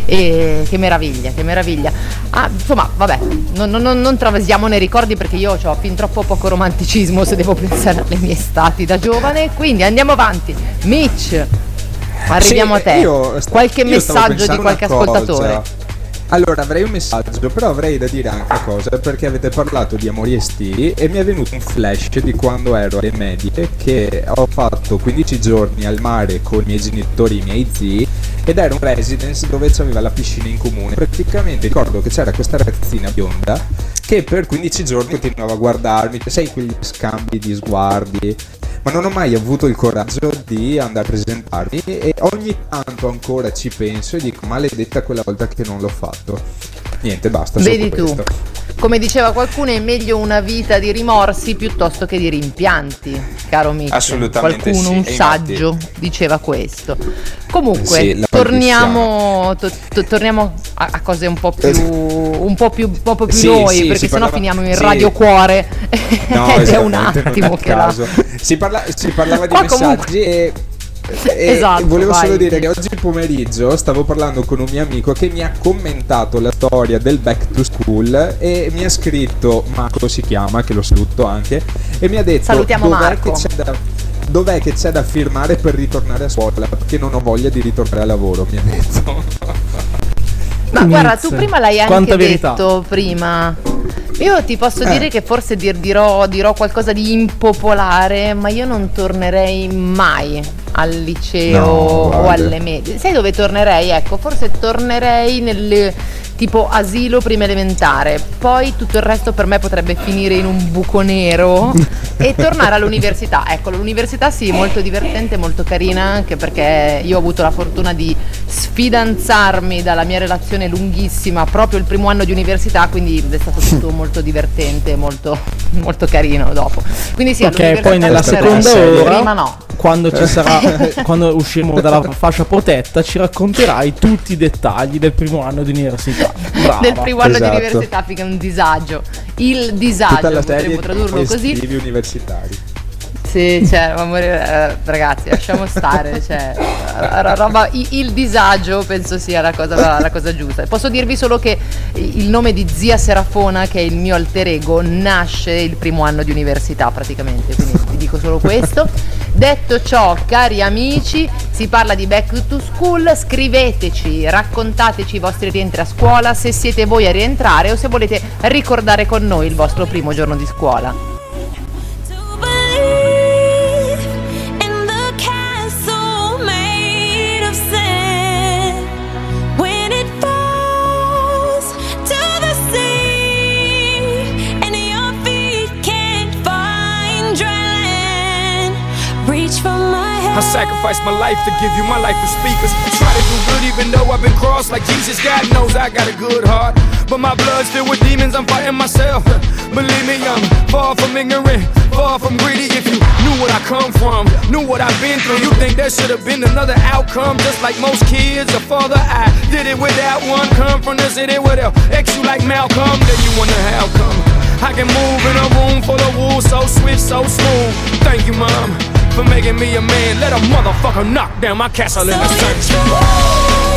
[SPEAKER 3] E che meraviglia, che meraviglia. Ah, insomma, vabbè, non, non, non travasiamo nei ricordi perché io ho fin troppo poco romanticismo se devo pensare alle mie estati da giovane, quindi andiamo avanti. Mitch, arriviamo
[SPEAKER 5] sì,
[SPEAKER 3] a te.
[SPEAKER 5] Io,
[SPEAKER 3] qualche
[SPEAKER 5] io
[SPEAKER 3] messaggio di qualche ascoltatore?
[SPEAKER 5] Allora, avrei un messaggio, però avrei da dire anche una cosa, perché avete parlato di amori estivi e mi è venuto un flash di quando ero alle medie, che ho fatto quindici giorni al mare con i miei genitori e i miei zii, ed era un residence dove c'aveva la piscina in comune. Praticamente ricordo che c'era questa ragazzina bionda che per quindici giorni continuava a guardarmi, sai, quegli scambi di sguardi, ma non ho mai avuto il coraggio di andare a presentarmi, e ogni tanto ancora ci penso e dico maledetta quella volta che non l'ho fatto. Niente, basta.
[SPEAKER 3] Vedi tu,
[SPEAKER 5] questo.
[SPEAKER 3] Come diceva qualcuno, è meglio una vita di rimorsi piuttosto che di rimpianti, caro Mitch.
[SPEAKER 5] Assolutamente
[SPEAKER 3] qualcuno,
[SPEAKER 5] sì,
[SPEAKER 3] un
[SPEAKER 5] e
[SPEAKER 3] saggio
[SPEAKER 5] infatti...
[SPEAKER 3] diceva questo. Comunque
[SPEAKER 5] sì,
[SPEAKER 3] torniamo to, to, torniamo a, a cose un po' più un po' più, un po' più
[SPEAKER 5] sì,
[SPEAKER 3] noi,
[SPEAKER 5] sì,
[SPEAKER 3] perché sennò
[SPEAKER 5] parlava...
[SPEAKER 3] finiamo in
[SPEAKER 5] sì.
[SPEAKER 3] Radio Cuore.
[SPEAKER 5] No,
[SPEAKER 3] ed è un attimo che la...
[SPEAKER 5] si, parla, si parlava di
[SPEAKER 3] Qua
[SPEAKER 5] messaggi
[SPEAKER 3] comunque...
[SPEAKER 5] e E
[SPEAKER 3] esatto,
[SPEAKER 5] volevo
[SPEAKER 3] vai.
[SPEAKER 5] solo dire che oggi pomeriggio stavo parlando con un mio amico che mi ha commentato la storia del back to school e mi ha scritto, Marco si chiama, che lo saluto anche, e mi ha detto:
[SPEAKER 3] salutiamo
[SPEAKER 5] dov'è
[SPEAKER 3] Marco.
[SPEAKER 5] che c'è da, dov'è che c'è da firmare per ritornare a scuola, perché non ho voglia di ritornare a lavoro, mi ha detto.
[SPEAKER 3] Ma guarda, tu prima l'hai anche
[SPEAKER 4] Quanta
[SPEAKER 3] detto
[SPEAKER 4] verità.
[SPEAKER 3] prima. Io ti posso
[SPEAKER 5] Eh.
[SPEAKER 3] dire che forse dir- dirò, dirò qualcosa di impopolare, ma io non tornerei mai al liceo
[SPEAKER 5] No,
[SPEAKER 3] o
[SPEAKER 5] guarda.
[SPEAKER 3] alle medie. Sai dove tornerei? Ecco, forse tornerei nel tipo asilo prima elementare, poi tutto il resto per me potrebbe finire in un buco nero e tornare all'università. Ecco, l'università sì, molto divertente, molto carina, anche perché io ho avuto la fortuna di sfidanzarmi dalla mia relazione lunghissima proprio il primo anno di università, quindi è stato tutto molto divertente, molto, molto carino dopo. Quindi sì,
[SPEAKER 4] ok, poi nella
[SPEAKER 3] tornerei.
[SPEAKER 4] seconda ora,
[SPEAKER 3] prima no.
[SPEAKER 4] quando ci sarà, quando usciremo dalla fascia protetta, ci racconterai tutti i dettagli del primo anno di università. Brava.
[SPEAKER 3] Del primo anno
[SPEAKER 5] Esatto.
[SPEAKER 3] di università, figa, un disagio. Il disagio,
[SPEAKER 5] Tutta la serie
[SPEAKER 3] potremmo tradurlo
[SPEAKER 5] di
[SPEAKER 3] così.
[SPEAKER 5] estivi universitari.
[SPEAKER 3] Sì, cioè, ma morire, eh, ragazzi, lasciamo stare, cioè, ro- roba, i- il disagio penso sia la cosa, la cosa giusta. Posso dirvi solo che il nome di Zia Serafona, che è il mio alter ego, nasce il primo anno di università praticamente, quindi vi dico solo questo. Detto ciò, cari amici, si parla di Back to School, scriveteci, raccontateci i vostri rientri a scuola, se siete voi a rientrare o se volete ricordare con noi il vostro primo giorno di scuola.
[SPEAKER 10] I sacrificed my life to give you my life with speakers. Try to do good even though I've been crossed like Jesus. God knows I got a good heart, but my blood's filled with demons, I'm fighting myself. Believe me, I'm far from ignorant, far from greedy. If you knew what I come from, knew what I've been through, you think there should have been another outcome. Just like most kids, a father, I did it without one. Come from the city where they'll X you like Malcolm. Then you wonder how come I can move in a room full of wolves, so swift, so smooth. Thank you, Mom, for making me a man. Let a motherfucker knock down my castle in the sun.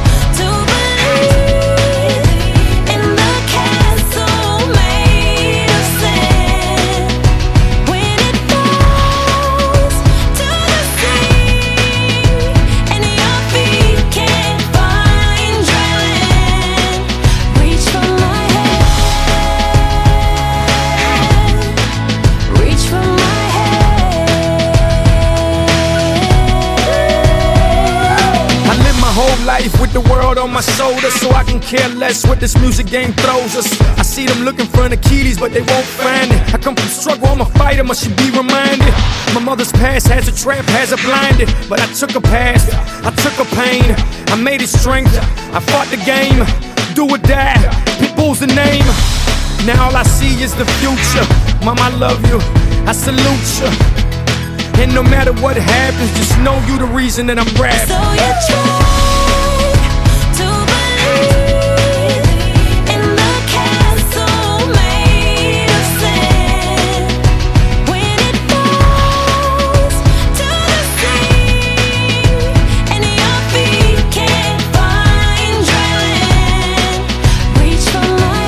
[SPEAKER 10] Life with the world on my shoulders, so I can care less what this music game throws us. I see them looking for an Achilles, but they won't find it. I come from struggle, I'm a fighter, must you be reminded. My mother's past has a trap, has her blinded, but I took her past, I took her pain, I made it strength. I fought the game, do or die, Pitbull's the name. Now all I see is the future. Mom, I love you, I salute you. And no matter what happens, just know you the reason that I'm rapping. So you try to believe in the castle made of sand. When it falls to the sea and your feet can't find dry land, reach for my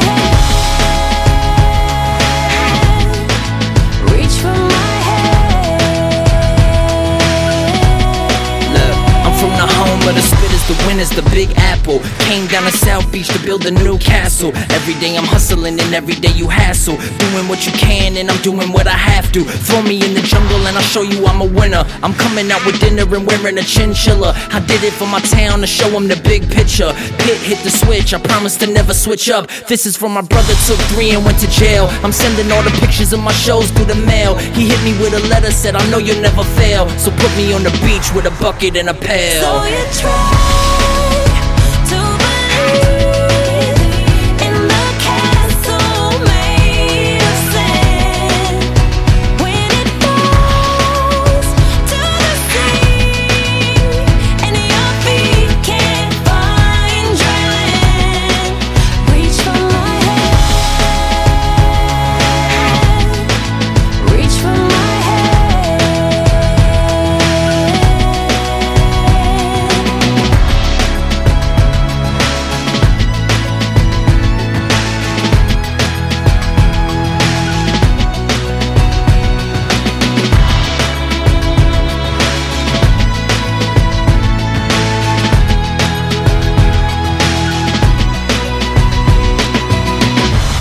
[SPEAKER 10] hand, reach for my
[SPEAKER 11] but the spit is the winners, the Big Apple. Came down to South Beach to build a new castle. Every day I'm hustling and every day you hassle. Doing what you can and I'm doing what I have to. Throw me in the jungle and I'll show you I'm a winner. I'm coming out with dinner and wearing a chinchilla. I did it for my town to show them the big picture. Pit hit the switch, I promise to never switch up. This is from my brother, took three and went to jail. I'm sending all the pictures of my shows through the mail. He hit me with a letter, said I know you'll never fail. So put me on the beach with a bucket and a pail.
[SPEAKER 10] So you try to believe in the castle made of sand. When it falls to the sea and your feet can't find dry land, reach for my hand, reach for my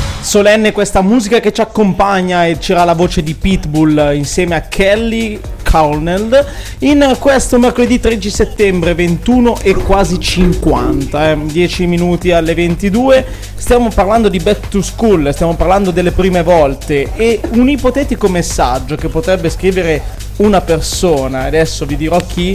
[SPEAKER 4] Solenne questa musica che ci accompagna e c'era la voce di Pitbull insieme a Kelly Colonel in questo mercoledì tredici settembre ventuno e quasi cinquanta, eh, dieci minuti alle ventidue. Stiamo parlando di back to school, stiamo parlando delle prime volte e un ipotetico messaggio che potrebbe scrivere una persona, adesso vi dirò chi,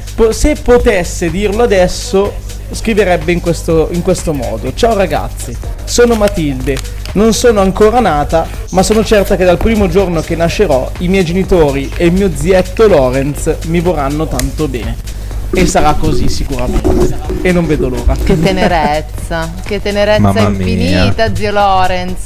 [SPEAKER 4] se potesse dirlo adesso scriverebbe in questo, in questo modo: ciao ragazzi, sono Matilde, non sono ancora nata, ma sono certa che dal primo giorno che nascerò i miei genitori e il mio zietto Lorenz mi vorranno tanto bene. E sarà così sicuramente, e non vedo l'ora.
[SPEAKER 3] Che tenerezza, che tenerezza
[SPEAKER 5] Mamma
[SPEAKER 3] infinita,
[SPEAKER 5] mia.
[SPEAKER 3] zio Lorenz.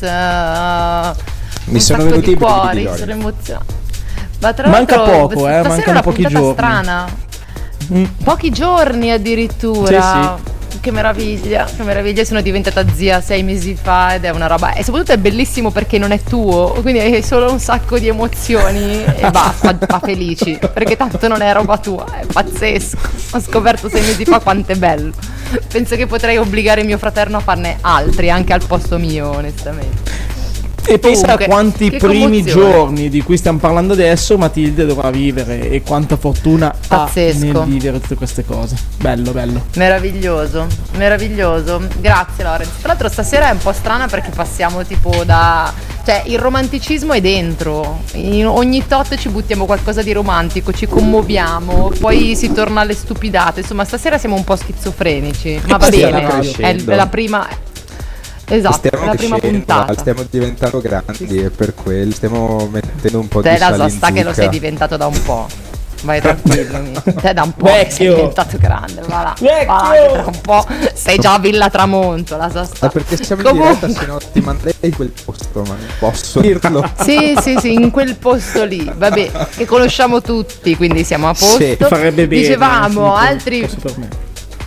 [SPEAKER 3] Uh,
[SPEAKER 5] Mi sono venuti i
[SPEAKER 3] cuori,
[SPEAKER 5] brividi,
[SPEAKER 3] sono emozionata. Ma tra
[SPEAKER 4] manca
[SPEAKER 3] l'altro,
[SPEAKER 4] poco, eh,
[SPEAKER 3] stasera
[SPEAKER 4] mancano
[SPEAKER 3] è una
[SPEAKER 4] pochi
[SPEAKER 3] puntata
[SPEAKER 4] giorni.
[SPEAKER 3] strana. Mm. Pochi giorni addirittura.
[SPEAKER 4] Sì, sì.
[SPEAKER 3] Che meraviglia, che meraviglia. Sono diventata zia sei mesi fa ed è una roba. E soprattutto è bellissimo perché non è tuo, quindi hai solo un sacco di emozioni e basta, fa felici. Perché tanto non è roba tua, è pazzesco. Ho scoperto sei mesi fa quanto è bello. Penso che potrei obbligare mio fratello a farne altri, anche al posto mio, onestamente.
[SPEAKER 4] E pensa
[SPEAKER 3] Comunque,
[SPEAKER 4] a quanti
[SPEAKER 3] che
[SPEAKER 4] primi
[SPEAKER 3] commozione.
[SPEAKER 4] giorni di cui stiamo parlando adesso Matilde dovrà vivere e quanta fortuna
[SPEAKER 3] Pazzesco.
[SPEAKER 4] ha nel vivere tutte queste cose. Bello, bello.
[SPEAKER 3] Meraviglioso, meraviglioso. Grazie Lorenz. Tra l'altro stasera è un po' strana perché passiamo tipo da... Cioè il romanticismo è dentro. In ogni tot ci buttiamo qualcosa di romantico, ci commuoviamo, poi si torna alle stupidate. Insomma stasera siamo un po' schizofrenici. Ma va
[SPEAKER 5] stiamo
[SPEAKER 3] bene, è
[SPEAKER 5] crescendo.
[SPEAKER 3] la prima... Esatto,
[SPEAKER 5] stiamo
[SPEAKER 3] è la prima
[SPEAKER 5] crescendo,
[SPEAKER 3] puntata.
[SPEAKER 5] stiamo diventando grandi e per quello stiamo mettendo un po'
[SPEAKER 3] Te
[SPEAKER 5] di
[SPEAKER 3] la
[SPEAKER 5] sale
[SPEAKER 3] so,
[SPEAKER 5] in
[SPEAKER 3] sta che lo sei
[SPEAKER 5] zucca.
[SPEAKER 3] diventato da un po'. Vai tranquillo. Te da un po' che sei
[SPEAKER 4] Vecchio.
[SPEAKER 3] diventato grande. Va là,
[SPEAKER 4] Vecchio.
[SPEAKER 3] va là, che tra un po' sei già a Villa Tramonto. La so sta.
[SPEAKER 5] Ma perché siamo in
[SPEAKER 3] Comunque-
[SPEAKER 5] diretta, se no ti manderei in quel posto, ma non posso dirlo.
[SPEAKER 3] Sì, sì, sì, in quel posto lì. Vabbè, che conosciamo tutti, quindi siamo a posto.
[SPEAKER 5] Sì,
[SPEAKER 4] farebbe bene.
[SPEAKER 3] Dicevamo
[SPEAKER 4] sì,
[SPEAKER 3] altri.
[SPEAKER 4] posso permettere.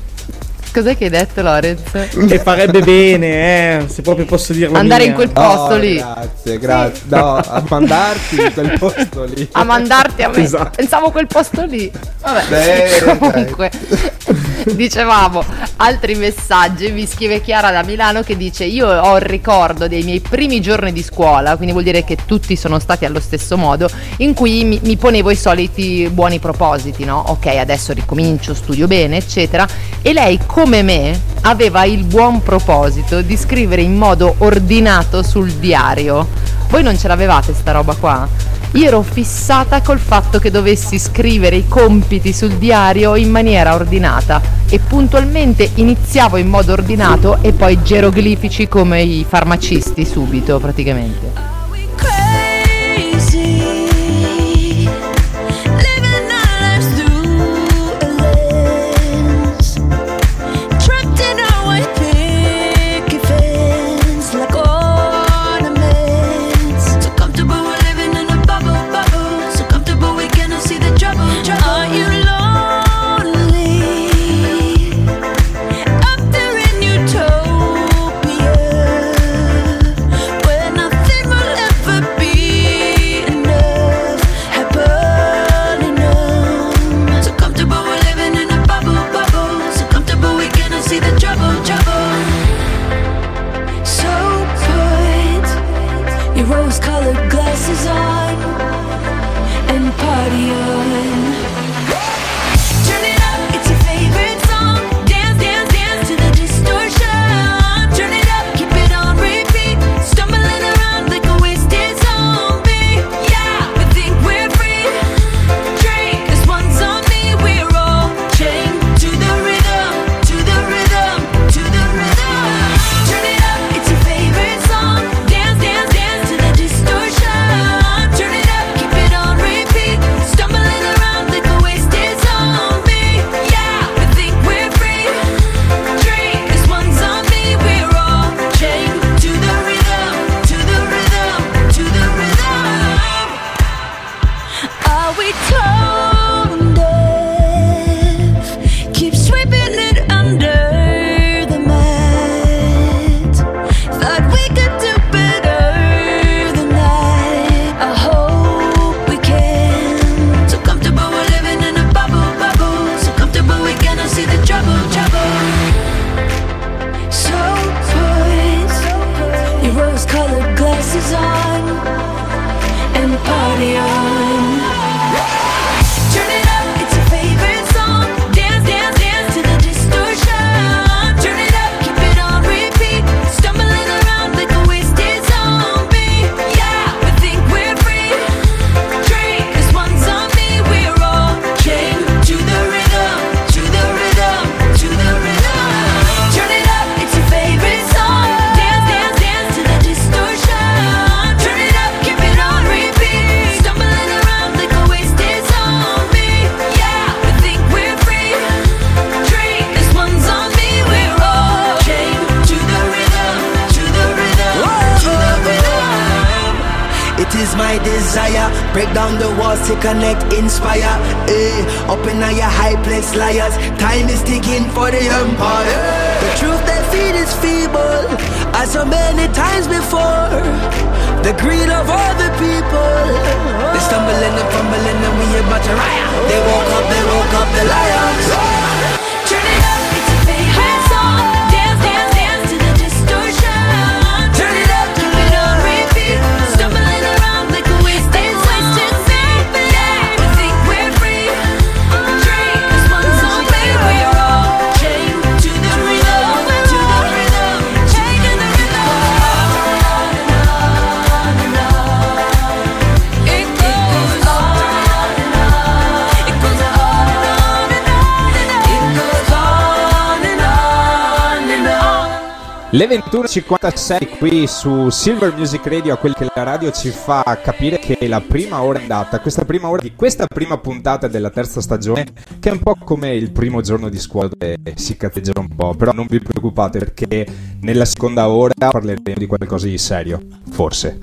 [SPEAKER 3] Cos'è che hai detto, Lorenz?
[SPEAKER 4] E farebbe bene, eh, se proprio posso dirlo.
[SPEAKER 3] Andare
[SPEAKER 4] mia.
[SPEAKER 3] in quel posto
[SPEAKER 5] Oh,
[SPEAKER 3] lì.
[SPEAKER 5] Grazie, grazie. No, a mandarti in quel posto lì.
[SPEAKER 3] A mandarti a me.
[SPEAKER 4] Esatto.
[SPEAKER 3] Pensavo quel posto lì. Vabbè.
[SPEAKER 5] Bene,
[SPEAKER 3] Comunque, dicevamo altri messaggi. Mi scrive Chiara da Milano che dice: io ho il ricordo dei miei primi giorni di scuola, quindi vuol dire che tutti sono stati allo stesso modo, in cui mi, mi ponevo i soliti buoni propositi, no? Ok, adesso ricomincio, studio bene, eccetera. E lei, come me, aveva il buon proposito di scrivere in modo ordinato sul diario. Voi non ce l'avevate sta roba qua? Io ero fissata col fatto che dovessi scrivere i compiti sul diario in maniera ordinata e puntualmente iniziavo in modo ordinato e poi geroglifici come i farmacisti subito praticamente.
[SPEAKER 8] When nothing will
[SPEAKER 10] Break down the walls to connect, inspire. Eh, up in your high place, liars. Time is ticking for the empire. The truth they feed is feeble, as so many times before. The greed of all the people. They stumbling and fumbling and we about to riot. They woke up, they woke up the lions.
[SPEAKER 9] Turn it up, it's a favorite song. Dance, dance, dance to the distortion.
[SPEAKER 10] Turn it up,
[SPEAKER 9] keep it on repeat. Stumbling around like a wasted wasted thing. We think we're free. Drink this one song, baby. We're all chained to the rhythm, to the rhythm, chained to the rhythm. On and on and on. It goes on and on. It goes on and on and on. It goes on and on and on.
[SPEAKER 5] Le ventuno e cinquantasei qui su Silver Music Radio, a quel che la radio ci fa capire che la prima ora è andata, questa prima ora di questa prima puntata della terza stagione, che è un po' come il primo giorno di scuola dove si categgia un po', però non vi preoccupate perché nella seconda ora parleremo di qualcosa di serio, forse.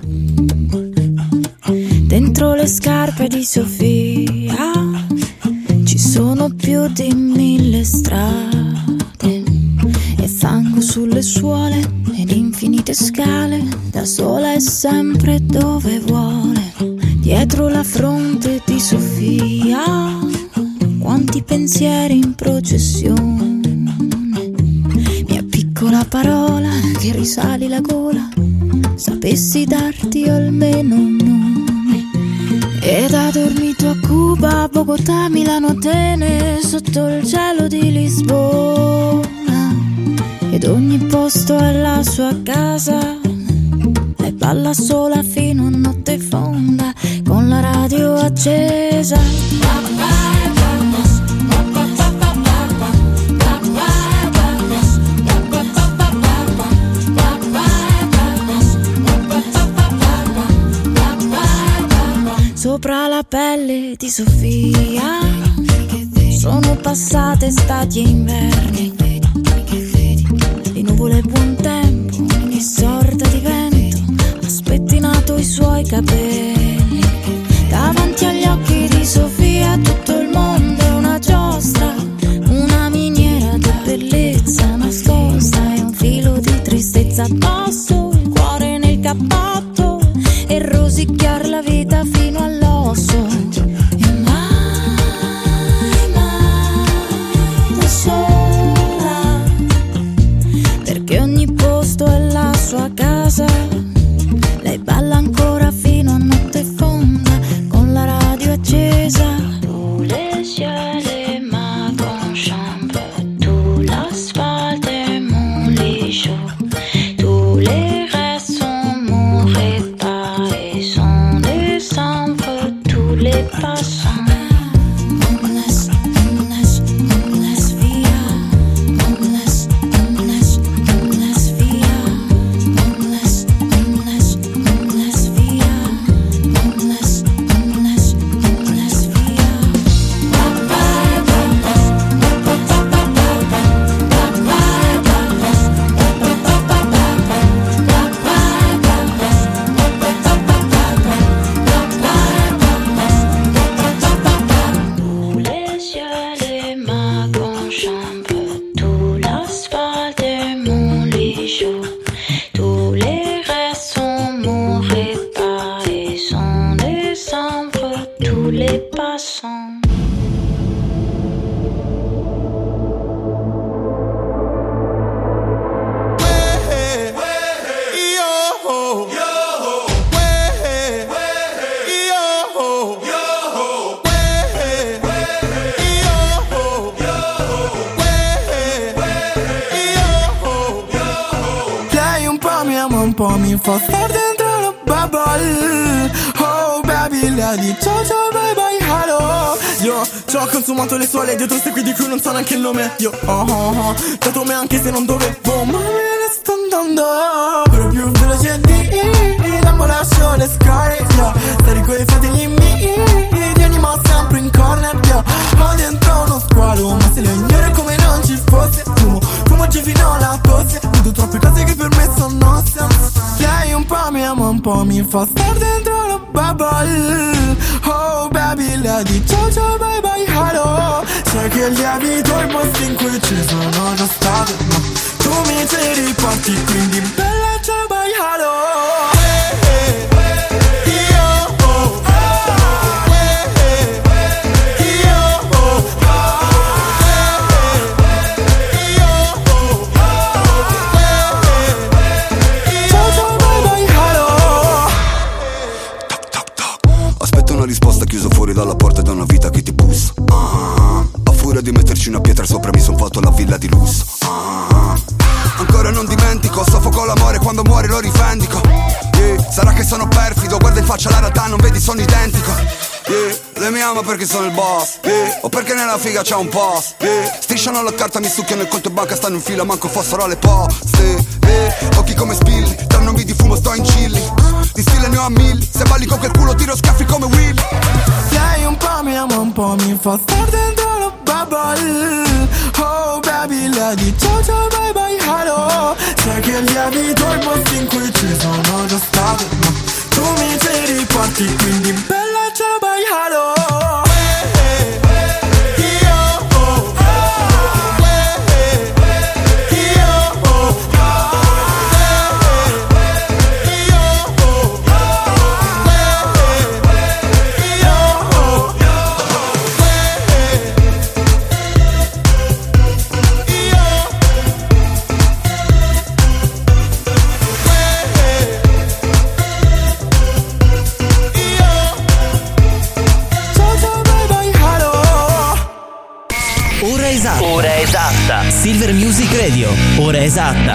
[SPEAKER 12] Dentro le scarpe di Sofia ci sono più di mille strade e fango sulle suole ed infinite scale, da sola e sempre dove vuole. Dietro la fronte di Sofia quanti pensieri in processione. Mia piccola parola che risali la gola, sapessi darti almeno un nome. Ed ha dormito a Cuba, Bogotà, Milano, Atene, sotto il cielo di Lisbona. Ed ogni posto è la sua casa. Lei balla sola fino a notte fonda, con la radio accesa. Sopra la pelle di Sofia sono passate estati e inverni, di nuvole e buon tempo, ogni sorta di vento ha spettinato i suoi capelli. Davanti agli occhi di Sofia tutto il mondo è una giostra, una miniera di bellezza nascosta e un filo di tristezza addosso, il cuore nel cappotto e rosicchiar la vita fino all'osso. E mai, mai da sola, perché ogni posto è la sua casa. Lei balla ancora fino a notte fonda, con la radio accesa. Tous les yeux, les mains qu'on chambre, tout l'asphalte est mon lit chaud. Tous les restes sont mon repas et son décembre, tous les passants. Omnes, omnes, omnes via, omnes, omnes, omnes via, omnes, omnes, omnes via, omnes, omnes, omnes via. Tous les yeux, les mains qu'on chambre, tout l'asphalte est mon lit chaud. Tous les restes sont mon repas et son décembre, tous les passants.
[SPEAKER 10] Lei un po' mi ama, un po' mi fa star dentro la bubble. Oh baby, lei di ciao ciao bye bye hello. Io ci ho consumato le suole dietro queste qui di cui non so neanche il nome. Io oh oh oh, dato me anche se non dovevo, ma me ne sto andando. Però più veloce di dammo lascio le score. Io stare con i fratelli miei, ti animo sempre in corner. Io ho dentro uno squalo, ma se lo ignoro è come non ci fosse. Fumo, fumo oggi fino alla tosse, vedo troppe cose che per me sono nozze. Lei un po' mi ama, un po' mi fa star dentro la bubble.
[SPEAKER 6] di ciao ciao bye bye hello. Sai che lievito i posti in cui ci sono già stato, ma tu mi ci riporti, quindi bella ciao bye hello.
[SPEAKER 13] Una risposta chiuso fuori dalla porta da una vita che ti bussa. Ah, a furia di metterci una pietra sopra mi son fatto la villa di lusso. Ah, ancora non dimentico, soffoco l'amore quando muore lo rivendico. Yeah, sarà che sono perfido, guarda in faccia la realtà, non vedi sono identico. Yeah, lei mi ama perché sono il boss, yeah, o perché nella figa c'è un post, yeah. Strisciano la carta, mi succhiano il conto e banca, stanno in fila, manco fossero le poste, yeah. Occhi come spilli, tra nomi di fumo sto in chilli. Di stile ne ho a mille, se balli con quel culo tiro schiaffi come Will.
[SPEAKER 6] Lei un po' mi ama, un po' mi fa star dentro lo bubble. Oh baby, lei di ciao ciao bye bye hello. Sai che lievito i posti in cui ci sono già stato, ma tu mi ci riporti, quindi bella ciao bye hello.
[SPEAKER 1] Ora esatta. Silver Music Radio. Ora esatta.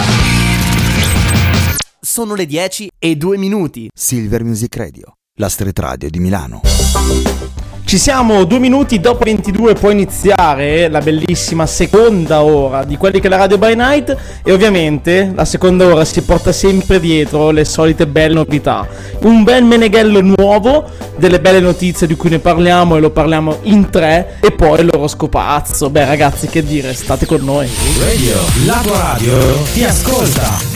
[SPEAKER 1] Sono le dieci e due minuti.
[SPEAKER 2] Silver Music Radio, la street radio di Milano.
[SPEAKER 4] Ci siamo, due minuti dopo ventidue può iniziare la bellissima seconda ora di quelli che è la Radio by Night, e ovviamente la seconda ora si porta sempre dietro le solite belle novità. Un bel meneghello nuovo, delle belle notizie di cui ne parliamo e lo parliamo in tre, e poi l'oroscopazzo. Beh ragazzi, che dire, state con noi.
[SPEAKER 14] Radio, la tua radio ti ascolta.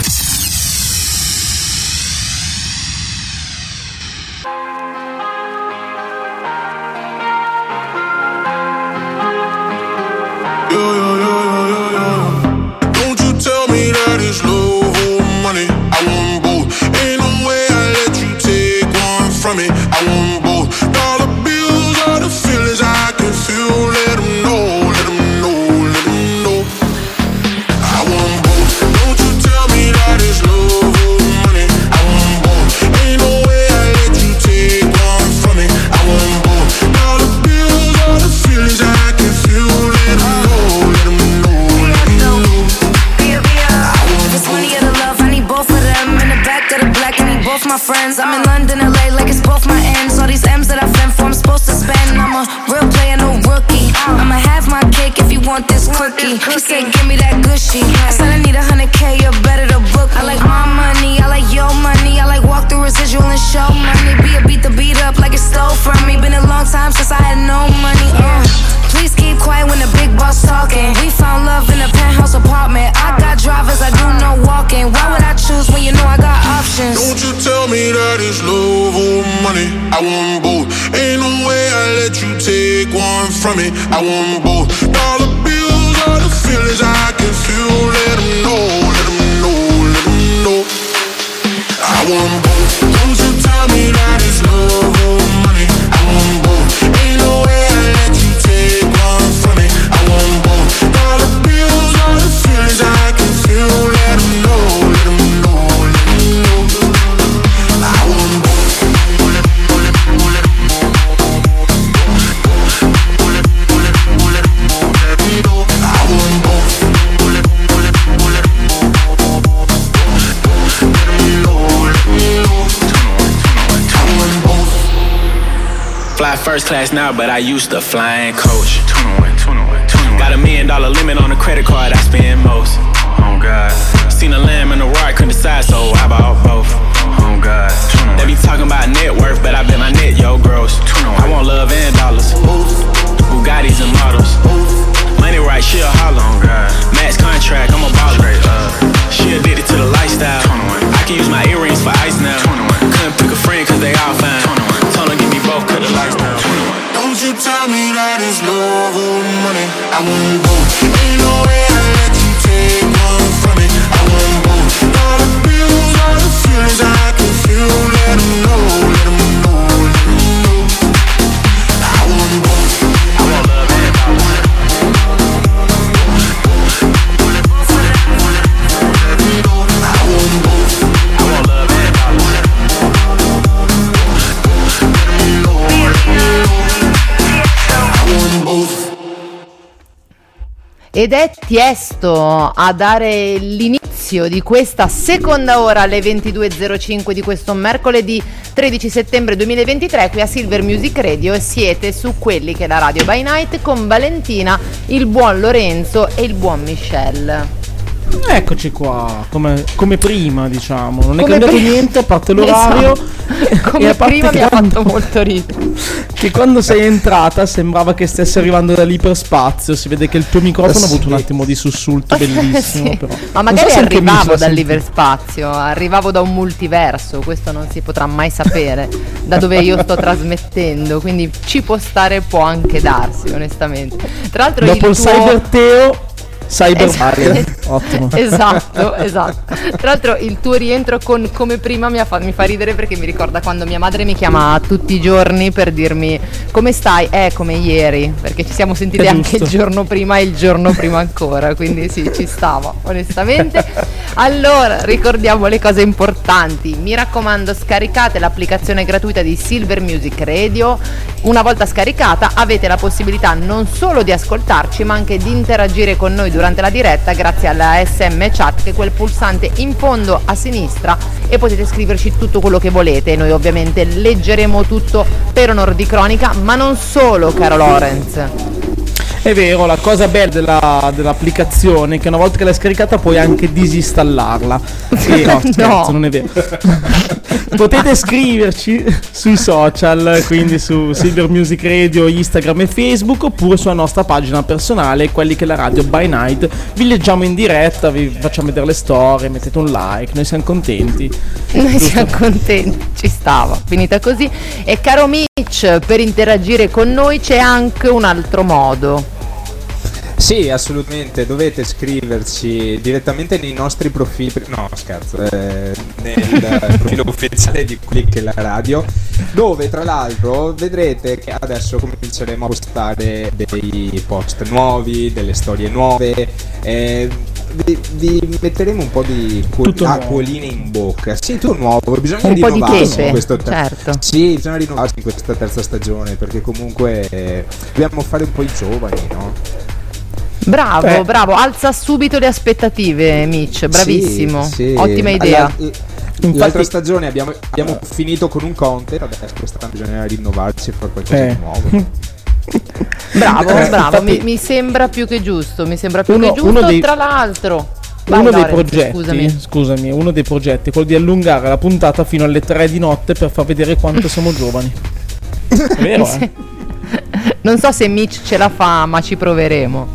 [SPEAKER 12] My friends, I'm in London, L A, like it's both my ends. All these M's that I fend for, I'm supposed to spend. I'm a real player, no rookie. I'ma have my cake if you want this cookie. He said, give me that gushy. I said, I need a hundred K, you're better to book. I like my money, I like your money. I like walk through residual and show money. Be a beat the beat up like it stole from me. Been a long time since I had no money. Uh, please keep quiet when the big boss talking. We found love in a penthouse apartment. I got drivers, I do no walking. Why would I choose when you know I got options?
[SPEAKER 15] Don't you tell me that it's love or money. I want both. Ain't no way I let you take one from me. I want both. Dollar bills are the feelings I can feel. Let them know, let them know, let them know. I want both. Don't you tell me that it's love or money. I want both. Ain't no way I let you take one from me. I want both. Dollar bills are the feelings I can feel. Let them know, let them know, let them know. I want both.
[SPEAKER 16] Fly first class now, but I used to fly in coach. Got a million dollar limit on the credit card, I spend most. Oh God. Seen a lamb and a roar, couldn't decide, so I bought both. Oh God. They be talking about net worth, but I bet my net, yo, gross. I want love and dollars. Bugattis and models. Money right, she a holler. Oh God. Max contract, I'm a baller. She addicted to the lifestyle. I can use my earrings for ice now. Couldn't pick a friend cause they all fine. Told her give me both cause the lights down.
[SPEAKER 15] Don't you 'em know, let 'em know, let 'em know. I want both. I want love and power. I want both. I want love and power. I want both.
[SPEAKER 3] Ed è Tiesto a dare l'inizio di questa seconda ora alle ventidue e zero cinque di questo mercoledì tredici settembre duemilaventitré qui a Silver Music Radio, e siete su Quelli che è la Radio by Night con Valentina, il buon Lorenzo e il buon Michel.
[SPEAKER 4] Eccoci qua, come, come prima, diciamo. Non è
[SPEAKER 3] Come
[SPEAKER 4] cambiato
[SPEAKER 3] prima.
[SPEAKER 4] niente a parte l'orario.
[SPEAKER 3] Esatto.
[SPEAKER 4] E
[SPEAKER 3] Come
[SPEAKER 4] a parte
[SPEAKER 3] prima
[SPEAKER 4] che
[SPEAKER 3] mi ha
[SPEAKER 4] quando-
[SPEAKER 3] fatto molto ridere.
[SPEAKER 4] Che quando sei entrata sembrava che stesse arrivando dall'iperspazio. Si vede che il tuo microfono ha avuto un attimo di sussulto bellissimo.
[SPEAKER 3] Sì.
[SPEAKER 4] Però.
[SPEAKER 3] Ma
[SPEAKER 4] Non
[SPEAKER 3] magari
[SPEAKER 4] so se anche
[SPEAKER 3] arrivavo
[SPEAKER 4] Michel l'ha
[SPEAKER 3] dall'iperspazio, arrivavo da un multiverso, questo non si potrà mai sapere da dove io sto trasmettendo, quindi ci può stare, può anche darsi, onestamente. Tra l'altro
[SPEAKER 4] Dopo il,
[SPEAKER 3] il tuo...
[SPEAKER 4] Cyberteo, Cyber
[SPEAKER 3] Esatto.
[SPEAKER 4] Mario. Ottimo.
[SPEAKER 3] Esatto, esatto. Tra l'altro il tuo rientro con come prima mi, ha fa, mi fa ridere, perché mi ricorda quando mia madre mi chiama tutti i giorni per dirmi come stai? Eh, come ieri, perché ci siamo sentite
[SPEAKER 4] È
[SPEAKER 3] anche
[SPEAKER 4] giusto.
[SPEAKER 3] il giorno prima e il giorno prima ancora, quindi sì, ci stava, onestamente. Allora, ricordiamo le cose importanti. Mi raccomando, scaricate l'applicazione gratuita di Silver Music Radio. Una volta scaricata avete la possibilità non solo di ascoltarci, ma anche di interagire con noi durante la diretta grazie alla S M Chat, che è quel pulsante in fondo a sinistra, e potete scriverci tutto quello che volete. Noi ovviamente leggeremo tutto per onor di cronaca, ma non solo, caro Lorenz.
[SPEAKER 4] È vero, la cosa bella della, dell'applicazione è che una volta che l'hai scaricata puoi anche disinstallarla. E, no, scherzo,
[SPEAKER 3] No.
[SPEAKER 4] non è vero. Potete scriverci sui social, quindi su Silver Music Radio, Instagram e Facebook, oppure sulla nostra pagina personale, Quelli che è la Radio by Night. Vi leggiamo in diretta, vi facciamo vedere le storie, mettete un like, noi siamo contenti.
[SPEAKER 3] Noi siamo contenti, ci stava, finita così. E caro Mitch, per interagire con noi c'è anche un altro modo.
[SPEAKER 5] Sì, assolutamente, dovete scriverci direttamente nei nostri profili, no scherzo, eh, nel profilo ufficiale di Quelli che è la Radio, dove tra l'altro vedrete che adesso cominceremo a postare dei post nuovi, delle storie nuove, eh, vi, vi metteremo un po' di cu-
[SPEAKER 4] Tutto
[SPEAKER 5] acquoline in bocca. Sì, tutto nuovo, bisogna
[SPEAKER 3] Un po' di
[SPEAKER 5] rinnovarsi
[SPEAKER 3] pepe,
[SPEAKER 5] in questo ter-
[SPEAKER 3] certo.
[SPEAKER 5] Sì, bisogna rinnovarsi in questa terza stagione, perché comunque eh, dobbiamo fare un po' i giovani, no?
[SPEAKER 3] Bravo,
[SPEAKER 5] Eh.
[SPEAKER 3] bravo, alza subito le aspettative, Mitch, bravissimo.
[SPEAKER 5] Sì, sì.
[SPEAKER 3] Ottima idea.
[SPEAKER 5] Alla- L'altra stagione abbiamo, abbiamo finito con un contest, adesso questa bisogna rinnovarci e fare qualcosa
[SPEAKER 4] Eh.
[SPEAKER 5] di nuovo.
[SPEAKER 3] Bravo,
[SPEAKER 4] Eh,
[SPEAKER 3] bravo,
[SPEAKER 4] infatti-
[SPEAKER 3] mi, mi sembra più che giusto, mi sembra più
[SPEAKER 4] Uno-
[SPEAKER 3] che giusto,
[SPEAKER 4] uno dei-
[SPEAKER 3] tra l'altro. Vai,
[SPEAKER 4] Uno dei
[SPEAKER 3] Lorenz,
[SPEAKER 4] progetti,
[SPEAKER 3] scusami.
[SPEAKER 4] scusami. uno dei progetti è quello di allungare la puntata fino alle tre di notte per far vedere quanto siamo giovani. È vero,
[SPEAKER 3] Sì.
[SPEAKER 4] eh?
[SPEAKER 3] Non so se Mitch ce la fa, ma ci proveremo.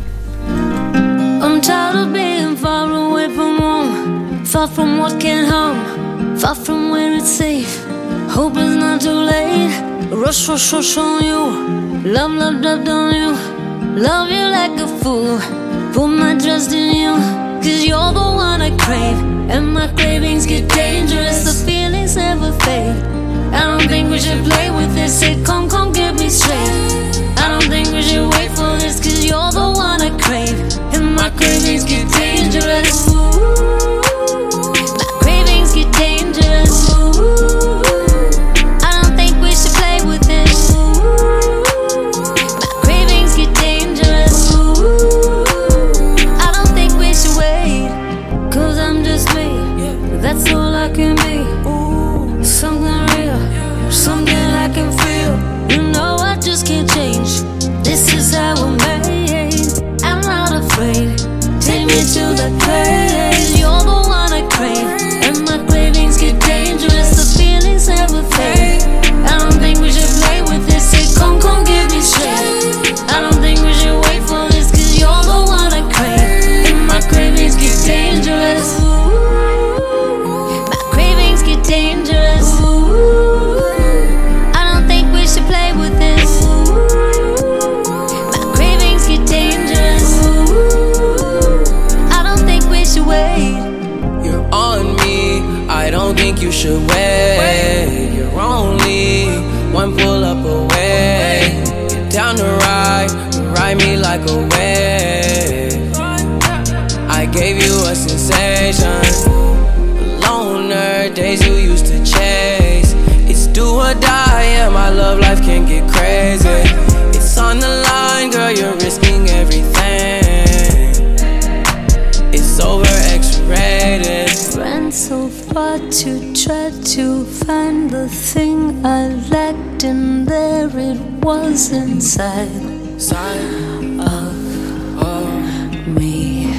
[SPEAKER 9] I'm tired of being far away from home, far from working home, far from where it's safe. Hope it's not too late. Rush, rush, rush on you. Love, love, love on you. Love you like a fool. Put my trust in you, cause you're the one I crave. And my cravings get dangerous, the feelings never fade. I don't think we should play with this. Say, come, come, get me straight. I don't think we should wait for this, cause you're the one I crave. And my cravings get dangerous. My cravings get dangerous. I don't think we should play with this. My cravings get dangerous. I don't think we should wait, cause I'm just me. That's all I can be. Something real, something I can feel. You know I just can't change. This is how we're made. I'm not afraid. Take me to the place. You're the one I crave. And my cravings get dangerous. The feelings never fade. I don't think we should play with this. Say, come, come, give me straight. I don't think we should wait for this, cause you're the one I crave. And my cravings get dangerous. My cravings get dangerous. I don't think we should play with this. My cravings get dangerous. I don't think we should to try to find the thing I lacked, and there it was inside of me.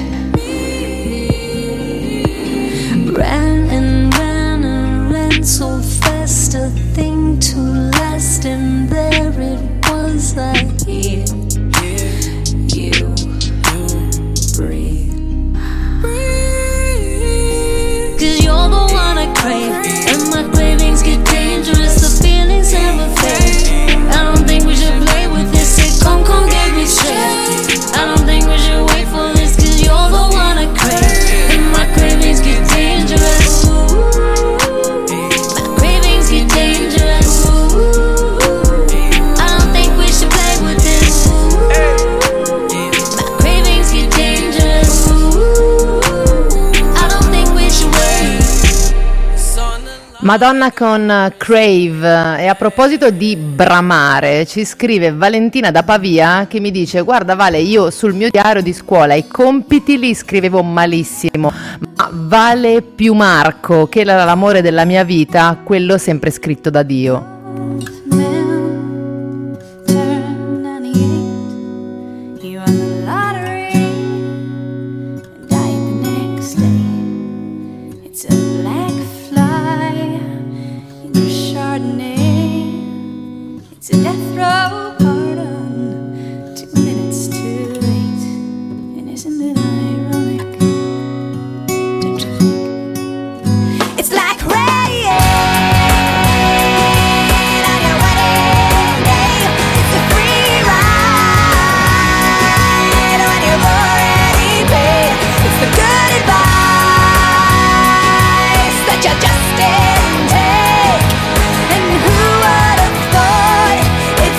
[SPEAKER 9] Ran and ran and ran so fast, a thing to last, and there it was. I hear you breathe. Cause you're the one I crave, and my cravings get dangerous, the feelings never fade. I don't think we should play with this, it come, come get me straight. I don't think we should wait for this, cause you're the one I crave, and my cravings get dangerous. My cravings get dangerous. I don't think we should play with this. My cravings get dangerous. I don't think we should wait.
[SPEAKER 3] Madonna con Crave. E a proposito di bramare, ci scrive Valentina da Pavia che mi dice: guarda Vale, io sul mio diario di scuola i compiti li scrivevo malissimo, ma vale più Marco, che era l'amore della mia vita, quello sempre scritto da Dio.
[SPEAKER 9] You won the lottery and died the next day. It's a black fly in your Chardonnay. It's a death row pardon, two minutes too late. And isn't it ironic? Don't you think? It's like rain on your wedding day. It's a free ride when you've already paid. It's the good advice that you just didn't take. And who would have thought it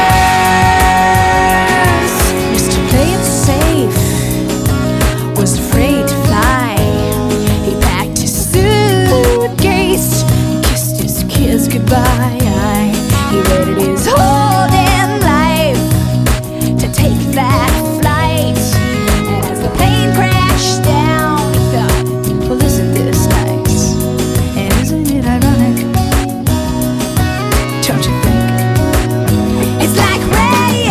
[SPEAKER 9] figures? Used to play it safe, was afraid to fly. He packed his suitcase, kissed his kids goodbye. He waited his whole damn life to take that flight. And as the plane crashed down, he thought, well, isn't this nice? And isn't it ironic? Don't you think? It's like rain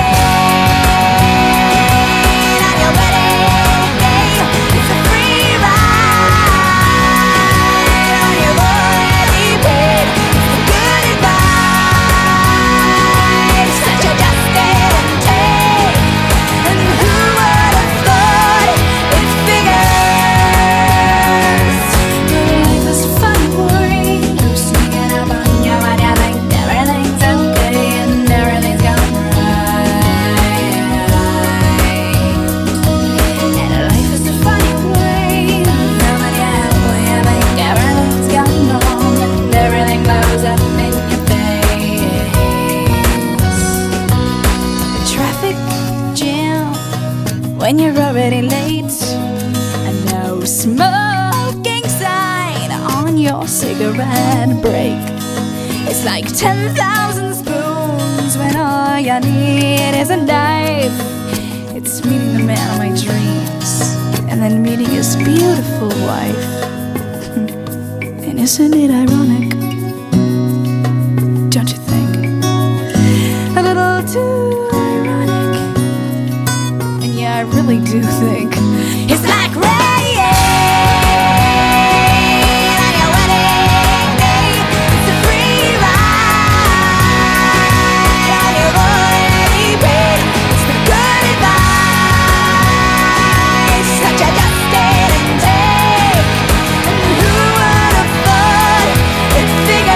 [SPEAKER 9] on your wedding day. It's a free ride when you've already paid. It's the good advice that you just didn't take. And who would have thought it figures? But life is funny, boy. You're sneaking up on your mind. You think everything's okay and everything's gone right. And life is a funny way. Nobody else will you think everything's gone wrong and everything blows up in your face. The traffic jam when you're already late, and no smoking sign on your cigarette break. It's like ten thousand spoons when all you need is a knife. It's meeting the man of my dreams and then meeting his beautiful wife. And isn't it ironic? Don't you think? A little too ironic. And yeah, I really do think it's like rain on your wedding day. It's a free ride when you've already paid. It's the good advice that you just didn't take. And who would have thought it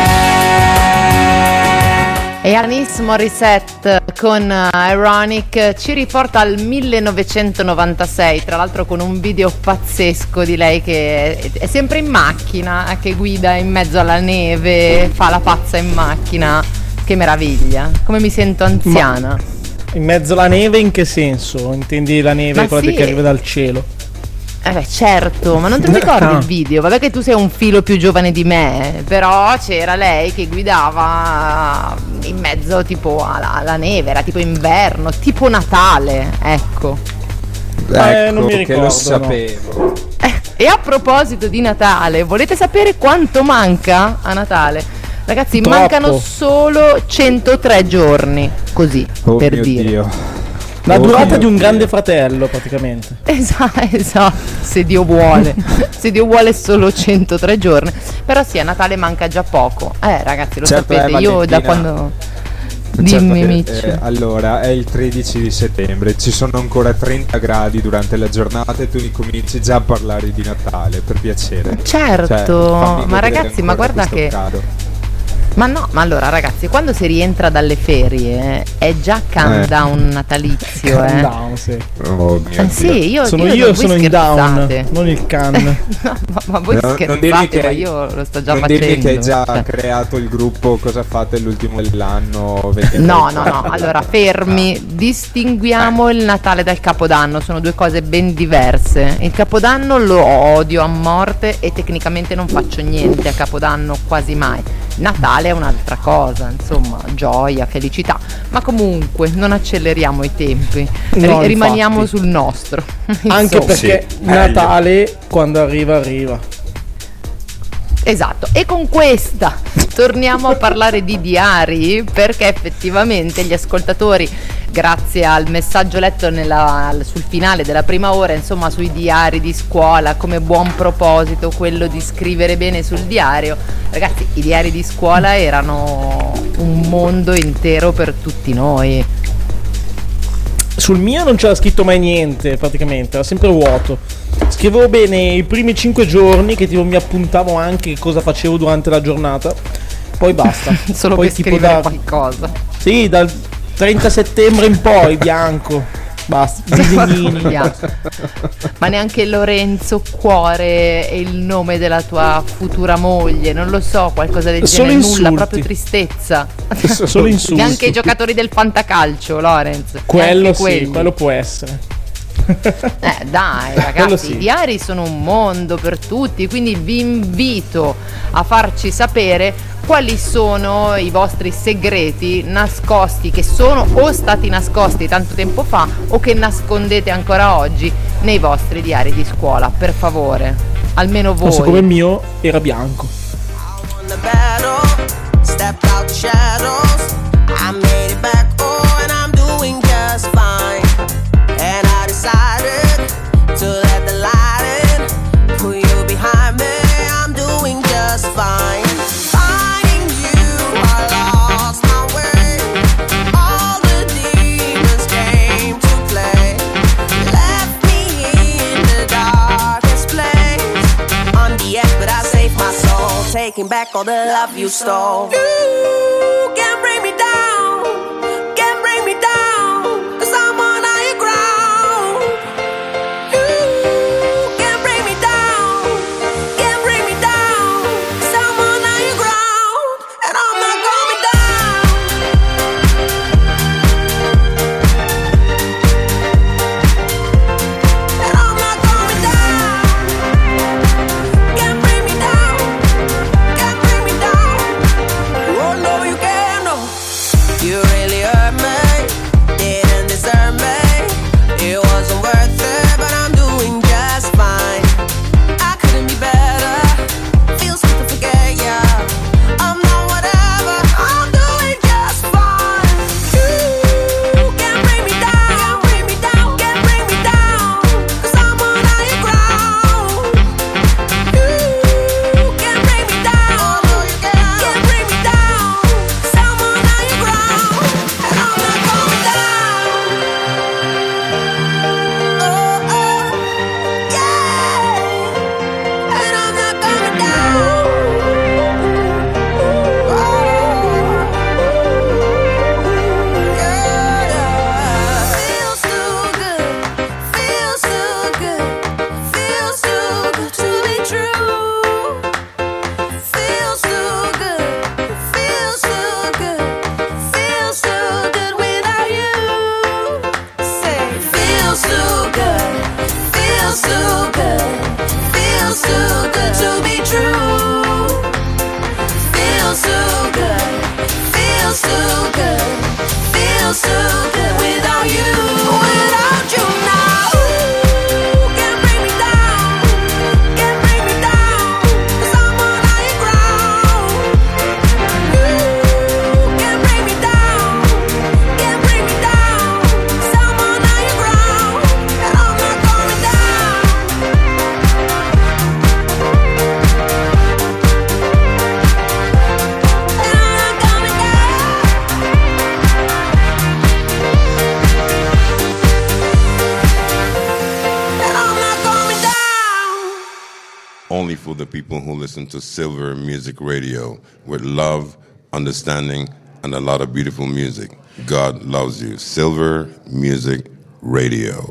[SPEAKER 9] figured?
[SPEAKER 3] E Alanis Morissette con uh, Ironic ci riporta al millenovecentonovantasei, tra l'altro con un video pazzesco di lei che è, è sempre in macchina, che guida in mezzo alla neve, fa la pazza in macchina. Che meraviglia, come mi sento anziana.
[SPEAKER 4] Ma in mezzo alla neve in che senso? Intendi la neve
[SPEAKER 3] Ma
[SPEAKER 4] quella
[SPEAKER 3] sì.
[SPEAKER 4] che arriva dal cielo?
[SPEAKER 3] Eh beh, certo, ma non te lo ricordi il video? Vabbè che tu sei un filo più giovane di me, però c'era lei che guidava in mezzo tipo alla, alla neve, era tipo inverno, tipo Natale, ecco.
[SPEAKER 5] Ecco,
[SPEAKER 4] Eh, non mi
[SPEAKER 5] che
[SPEAKER 4] ricordo,
[SPEAKER 5] lo
[SPEAKER 4] no.
[SPEAKER 5] sapevo.
[SPEAKER 3] Eh, E a proposito di Natale, volete sapere quanto manca a Natale? Ragazzi,
[SPEAKER 4] Troppo.
[SPEAKER 3] mancano solo centotré giorni, così,
[SPEAKER 5] Oh
[SPEAKER 3] per
[SPEAKER 5] mio
[SPEAKER 3] dire.
[SPEAKER 5] Dio.
[SPEAKER 4] La
[SPEAKER 5] Oh
[SPEAKER 4] durata
[SPEAKER 5] mio
[SPEAKER 4] di un
[SPEAKER 5] Dio.
[SPEAKER 4] grande fratello, praticamente.
[SPEAKER 3] Esatto, esatto, se Dio vuole. Se Dio vuole solo centotré giorni. Però sì, a Natale manca già poco. Eh ragazzi, lo
[SPEAKER 5] Certo,
[SPEAKER 3] sapete,
[SPEAKER 5] eh,
[SPEAKER 3] io da
[SPEAKER 5] Valentina.
[SPEAKER 3] quando...
[SPEAKER 5] Certo
[SPEAKER 3] Dimmi
[SPEAKER 5] che,
[SPEAKER 3] Mitch.
[SPEAKER 5] eh, allora è il tredici di settembre, ci sono ancora trenta gradi durante la giornata e tu cominci già a parlare di Natale, per piacere.
[SPEAKER 3] Certo,
[SPEAKER 5] Cioè, fammi
[SPEAKER 3] ma
[SPEAKER 5] godere
[SPEAKER 3] ragazzi, ma
[SPEAKER 5] ancora
[SPEAKER 3] guarda
[SPEAKER 5] questo
[SPEAKER 3] che...
[SPEAKER 5] caldo.
[SPEAKER 3] Ma no, ma allora ragazzi, quando si rientra dalle ferie è già countdown natalizio, eh.
[SPEAKER 4] Countdown, sì.
[SPEAKER 5] Oh mio
[SPEAKER 3] Eh sì, io
[SPEAKER 4] sono
[SPEAKER 3] io,
[SPEAKER 4] io
[SPEAKER 3] voi
[SPEAKER 4] sono in down,
[SPEAKER 3] scherzate.
[SPEAKER 4] non il can.
[SPEAKER 3] No, ma, ma voi
[SPEAKER 5] No, non
[SPEAKER 3] scherzate,
[SPEAKER 5] dirmi che
[SPEAKER 3] ma
[SPEAKER 5] hai-
[SPEAKER 3] io lo sto già
[SPEAKER 5] non
[SPEAKER 3] facendo.
[SPEAKER 5] dirmi che hai già
[SPEAKER 3] Cioè.
[SPEAKER 5] creato il gruppo Cosa fate l'ultimo dell'anno ventitré.
[SPEAKER 3] No, no, no, allora fermi, distinguiamo il Natale dal Capodanno, sono due cose ben diverse. Il Capodanno lo odio a morte e tecnicamente non faccio niente a Capodanno quasi mai. Natale è un'altra cosa, insomma, gioia, felicità, ma comunque non acceleriamo i tempi,
[SPEAKER 4] No,
[SPEAKER 3] ri- rimaniamo
[SPEAKER 4] infatti.
[SPEAKER 3] sul nostro.
[SPEAKER 4] Anche
[SPEAKER 3] Insomma.
[SPEAKER 4] perché
[SPEAKER 5] Sì,
[SPEAKER 4] Natale quando arriva arriva.
[SPEAKER 3] Esatto, e con questa torniamo a parlare di diari, perché effettivamente gli ascoltatori, grazie al messaggio letto nella, sul finale della prima ora, insomma, sui diari di scuola, come buon proposito quello di scrivere bene sul diario, ragazzi, i diari di scuola erano un mondo intero per tutti noi.
[SPEAKER 4] Sul mio non c'era scritto mai niente, praticamente, era sempre vuoto. Scrivevo bene i primi cinque giorni, che tipo mi appuntavo anche cosa facevo durante la giornata. Poi basta.
[SPEAKER 3] Solo
[SPEAKER 4] Poi
[SPEAKER 3] per
[SPEAKER 4] tipo
[SPEAKER 3] scrivere
[SPEAKER 4] da-
[SPEAKER 3] qualcosa.
[SPEAKER 4] Sì, dal trenta settembre in poi, bianco. Basta, disegnini.
[SPEAKER 3] Bianco. Ma neanche Lorenzo Cuore è il nome della tua futura moglie, non lo so, qualcosa del
[SPEAKER 4] Solo
[SPEAKER 3] genere, nulla,
[SPEAKER 4] insulti.
[SPEAKER 3] proprio tristezza.
[SPEAKER 4] Solo insulti.
[SPEAKER 3] Neanche i giocatori del fantacalcio, Lorenzo.
[SPEAKER 4] Quello
[SPEAKER 3] Neanche
[SPEAKER 4] sì,
[SPEAKER 3] quelli.
[SPEAKER 4] quello può essere.
[SPEAKER 3] Eh dai
[SPEAKER 4] Quello
[SPEAKER 3] ragazzi,
[SPEAKER 4] sì.
[SPEAKER 3] i diari sono un mondo per tutti, quindi vi invito a farci sapere quali sono i vostri segreti nascosti, che sono o stati nascosti tanto tempo fa o che nascondete ancora oggi nei vostri diari di scuola, per favore, almeno
[SPEAKER 4] Non so, come il
[SPEAKER 3] voi.
[SPEAKER 4] mio era bianco.
[SPEAKER 8] On the battle, step out the shadows. I made it back, oh, and I'm doing just fine. And I decided to let the light in, put you behind me. I'm doing just fine. Finding you, I lost my way. All the demons came to play, left me in the darkest place. On the edge, but I saved my soul, taking back all the love you stole. You can't bring me down, can't bring me down, 'cause I'm on higher ground. You can't bring me down, can't bring me down, 'cause I'm on higher ground, and I'm not coming down. And I'm not coming down. Can't bring me down, can't bring me down. Oh no, you can't, no. You really hurt me, didn't deserve me. It wasn't worth it, but I'm doing just fine. I couldn't be better, feels good to forget ya. I'm not whatever, I'm doing just fine. You can't bring me down, bring me down, can't bring me down, 'cause I'm on higher ground. You can't bring me down, can't bring me down, 'cause I'm on higher ground, and I'm not coming down. Oh, oh, yeah, and I'm not coming down. Feels so good, feels so good, feels so good to be true. Feels so good, feels so good, feels so good without you. Say, feels so good, feels so good, feels so good to be true. Feels so good, feels so good, feels so good without you, without you now. Can't bring me down,
[SPEAKER 17] only for the people who listen to Silver Music Radio with love, understanding, and a lot of beautiful music. God loves you. Silver Music Radio.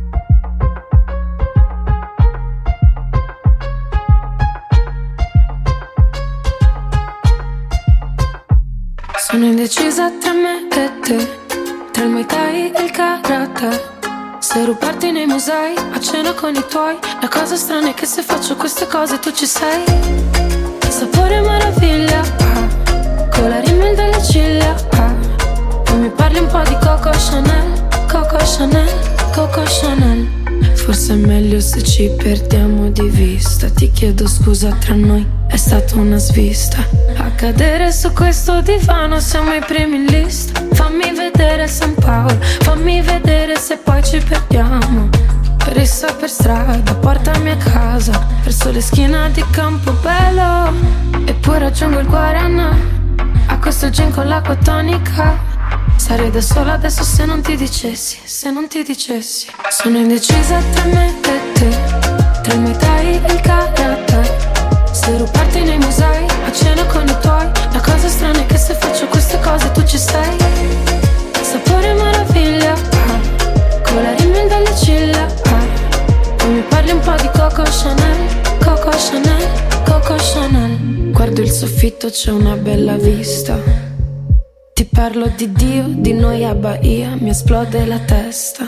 [SPEAKER 18] Sono indecisa tra me e te, tra il Muay Thai e il Karate. Se rubarti nei musei, a cena con i tuoi. La cosa strana è che se faccio queste cose tu ci sei. Sapore meraviglia, ah, con la rimel delle ciglia, ah. Poi mi parli un po' di Coco Chanel, Coco Chanel, Coco Chanel. Forse è meglio se ci perdiamo di vista. Ti chiedo scusa, tra noi è stata una svista. A cadere su questo divano siamo i primi in lista. Fammi vedere San Paolo, fammi vedere se poi ci perdiamo. Rissa per strada, portami a casa, verso le schiene di Campobello. E poi raggiungo il Guaranà, a questo gin con l'acqua tonica. Sarei da sola adesso se non ti dicessi, se non ti dicessi. Sono indecisa tra me e te, tra il Muay Thai e il Karate. Se rubarti nei musei, a cena con i tuoi. La cosa strana è che se faccio queste cose tu ci sei. Sapore meraviglia, ah, con la rimel delle ciglia, ah. Poi mi parli un po' di Coco Chanel, Coco Chanel, Coco Chanel. Guardo il soffitto, c'è una bella vista. Ti parlo di Dio, di noi a Bahia, mi esplode la testa.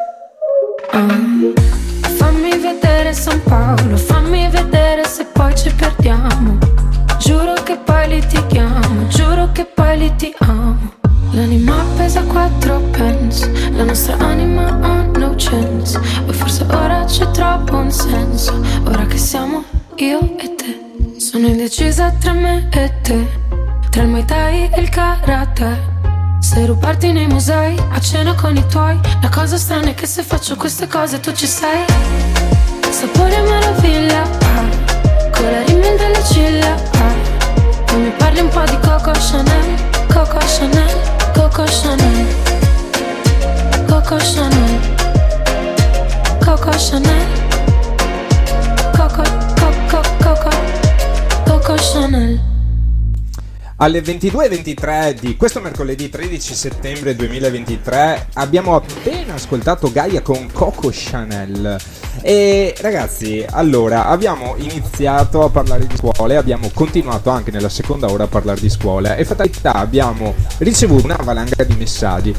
[SPEAKER 18] Uh. Fammi vedere San Paolo, fammi vedere se poi ci perdiamo. Giuro che poi litighiamo, giuro che poi litighiamo. L'anima pesa quattro pence, la nostra anima ha no chance. O forse ora c'è troppo un senso, ora che siamo io e te. Sono indecisa tra me e te, tra il Muay Thai e il Karate. Se rubarti nei musei, a cena con i tuoi. La cosa strana è che se faccio queste cose tu ci sei. Sapore meraviglia, ah, con la rimel delle ciglia, ah. Poi mi parli un po' di Coco Chanel, Coco Chanel, Coco Chanel, Coco Chanel, Coco Chanel, Coco, Coco, Coco, Coco Chanel.
[SPEAKER 5] Alle ventidue e ventitré di questo mercoledì tredici settembre duemilaventitré abbiamo appena ascoltato Gaia con Coco Chanel. E ragazzi, allora abbiamo iniziato a parlare di scuole, abbiamo continuato anche nella seconda ora a parlare di scuola e fatalità abbiamo ricevuto una valanga di messaggi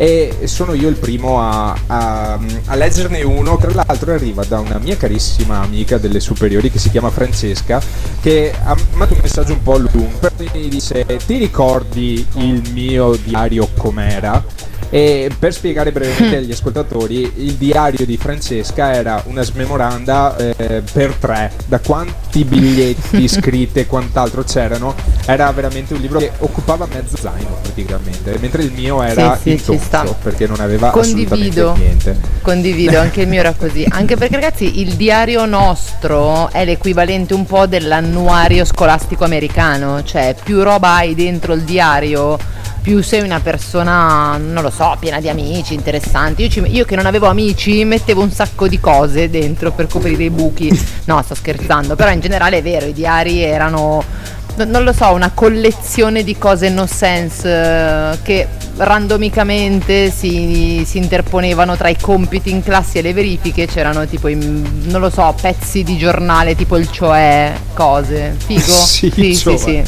[SPEAKER 5] e sono io il primo a, a, a leggerne uno. Tra l'altro arriva da una mia carissima amica delle superiori che si chiama Francesca, che ha mandato un messaggio un po' lungo, mi dice: ti ricordi il mio diario com'era? E per spiegare brevemente agli ascoltatori, il diario di Francesca era una smemoranda eh, per tre, da quanti biglietti scritti e quant'altro c'erano, era veramente un libro che occupava mezzo zaino praticamente, mentre il mio era
[SPEAKER 3] sì,
[SPEAKER 5] in
[SPEAKER 3] sì,
[SPEAKER 5] tonso,
[SPEAKER 3] ci sta.
[SPEAKER 5] perché non aveva
[SPEAKER 3] Condivido.
[SPEAKER 5] assolutamente niente.
[SPEAKER 3] Condivido, anche il mio era così. Anche perché ragazzi, il diario nostro è l'equivalente un po' dell'annuario scolastico americano, cioè più roba hai dentro il diario, più sei una persona, non lo so, piena di amici, interessanti. Io, ci, io che non avevo amici mettevo un sacco di cose dentro per coprire i buchi. No, sto scherzando, però in generale è vero, i diari erano, non lo so, una collezione di cose no sense eh, che randomicamente si, si interponevano tra i compiti in classe e le verifiche. C'erano tipo, in, non lo so, pezzi di giornale tipo il Cioè, cose, figo?
[SPEAKER 5] Sì,
[SPEAKER 3] sì,
[SPEAKER 5] cioè.
[SPEAKER 3] sì, sì.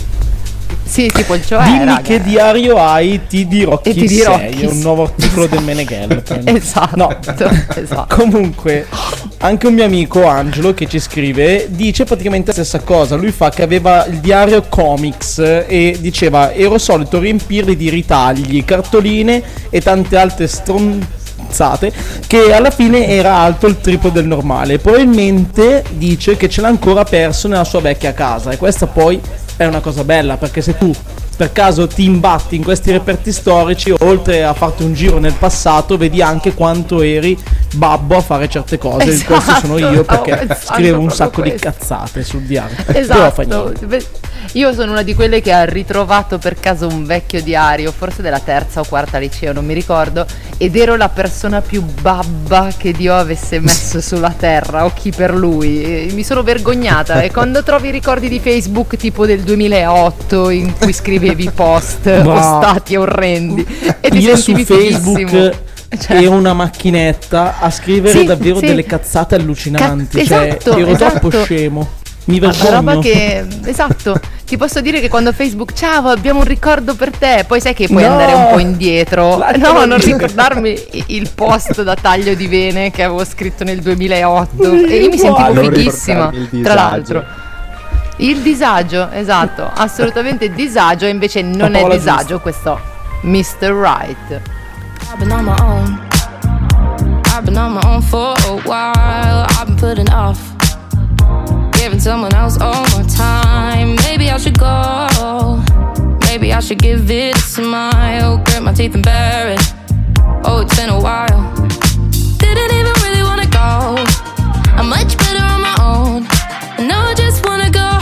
[SPEAKER 3] Sì, tipo il Cioè.
[SPEAKER 4] Dimmi
[SPEAKER 3] raga.
[SPEAKER 4] che diario hai, ti dirò chi
[SPEAKER 3] ti dirò
[SPEAKER 4] sei.
[SPEAKER 3] chi
[SPEAKER 4] È un nuovo articolo del Meneghello.
[SPEAKER 3] Esatto,
[SPEAKER 4] no.
[SPEAKER 3] esatto.
[SPEAKER 4] Comunque, anche un mio amico Angelo che ci scrive dice praticamente la stessa cosa. Lui fa che aveva il diario comics e diceva: ero solito riempirli di ritagli, cartoline e tante altre stronzate, che alla fine era alto il triplo del normale. Probabilmente dice che ce l'ha ancora perso nella sua vecchia casa, e questa poi è una cosa bella, perché se tu per caso ti imbatti in questi reperti storici, oltre a farti un giro nel passato, vedi anche quanto eri babbo a fare certe cose.
[SPEAKER 3] Esatto,
[SPEAKER 4] in questo sono io, perché
[SPEAKER 3] oh,
[SPEAKER 4] scrivevo un sacco
[SPEAKER 3] questo.
[SPEAKER 4] di cazzate sul diario.
[SPEAKER 3] Esatto.
[SPEAKER 4] Però fa niente.
[SPEAKER 3] Io sono una di quelle che ha ritrovato per caso un vecchio diario, forse della terza o quarta liceo, non mi ricordo, ed ero la persona più babba che Dio avesse messo sulla terra, o chi per lui. E mi sono vergognata, e quando trovi i ricordi di Facebook tipo del duemilaotto in cui scrivevi post o stati orrendi e ti
[SPEAKER 4] io
[SPEAKER 3] sentivi
[SPEAKER 4] su Facebook
[SPEAKER 3] fighissimo. Cioè.
[SPEAKER 4] Ero una macchinetta a scrivere
[SPEAKER 3] Sì,
[SPEAKER 4] davvero
[SPEAKER 3] sì.
[SPEAKER 4] delle cazzate allucinanti.
[SPEAKER 3] Ca-
[SPEAKER 4] cioè,
[SPEAKER 3] esatto,
[SPEAKER 4] ero
[SPEAKER 3] esatto.
[SPEAKER 4] troppo scemo. Mi
[SPEAKER 3] Una
[SPEAKER 4] vergogno.
[SPEAKER 3] roba che, esatto, ti posso dire che quando Facebook, ciao, abbiamo un ricordo per te, poi sai che puoi
[SPEAKER 4] No!
[SPEAKER 3] andare un po' indietro.
[SPEAKER 4] Lascialo
[SPEAKER 3] No, non
[SPEAKER 4] dire.
[SPEAKER 3] ricordarmi il post da taglio di vene che avevo scritto nel duemilaotto.
[SPEAKER 4] Non
[SPEAKER 3] E io mi sentivo
[SPEAKER 5] Non
[SPEAKER 3] fighissima,
[SPEAKER 5] ricordarmi il
[SPEAKER 3] tra
[SPEAKER 5] disagio.
[SPEAKER 3] l'altro. Il disagio, esatto, assolutamente disagio, e invece non
[SPEAKER 4] La
[SPEAKER 3] è
[SPEAKER 4] parola
[SPEAKER 3] disagio
[SPEAKER 4] giusta.
[SPEAKER 3] questo mister Right.
[SPEAKER 18] I've been on my own. I've been on my own for a while. I've been putting off giving someone else all my time. Maybe I should go. Maybe I should give it a smile. Grit my teeth and bear it. Oh, it's been a while. Didn't even really wanna go. I'm much better on my own. I know I just wanna go.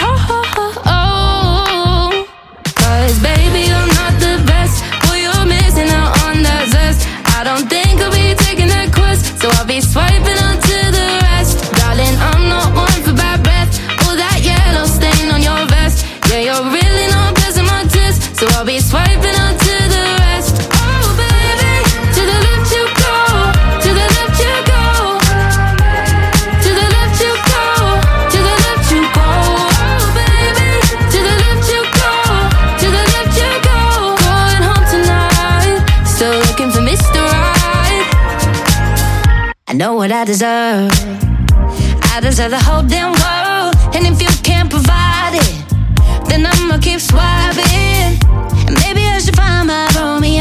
[SPEAKER 18] Cause baby, I'm not the best. Boy, you're missing out on that zest. I don't think I'll be taking that quest, so I'll be swiping on to the rest. Darling, I'm not one for bad breath. Oh, that yellow stain on your vest. Yeah, you're really not passing my test, so I'll be swiping on to the rest. Oh, baby, to the left you go, to the left you go, to the left you go, to the left you go. Oh, baby, to the left you go, to the left you go. Going home tonight, still looking for Mister Right. I know what I deserve. I deserve the whole damn world. And if you can't provide it, then I'ma keep swiping. And maybe I should find my Romeo.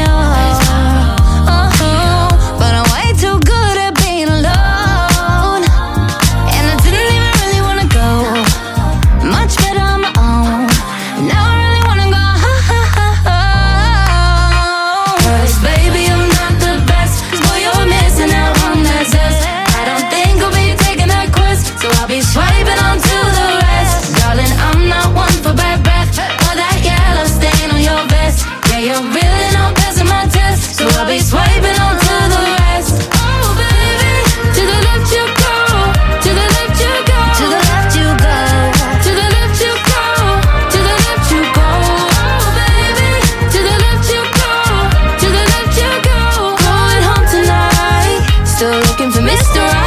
[SPEAKER 18] Oh, but I'm way too good at being alone. And I didn't even really wanna go. Much better on my own. Now I really wanna go. Cause baby, I'm not the best. Boy, you're missing out on that zest. I don't think I'll be taking that quest, so I'll be swiping on to the rest. Darling, I'm not one for bad breath. Or that yellow stain on your vest. Yeah, you're really not passing my test, so I'll be swiping on to the rest. Oh, baby, to the left you go, to the left you go, to the left you go, to the left you go, to the left you go. Oh, baby, to the left you go, to the left you go. Going home tonight, still looking for Mister Right.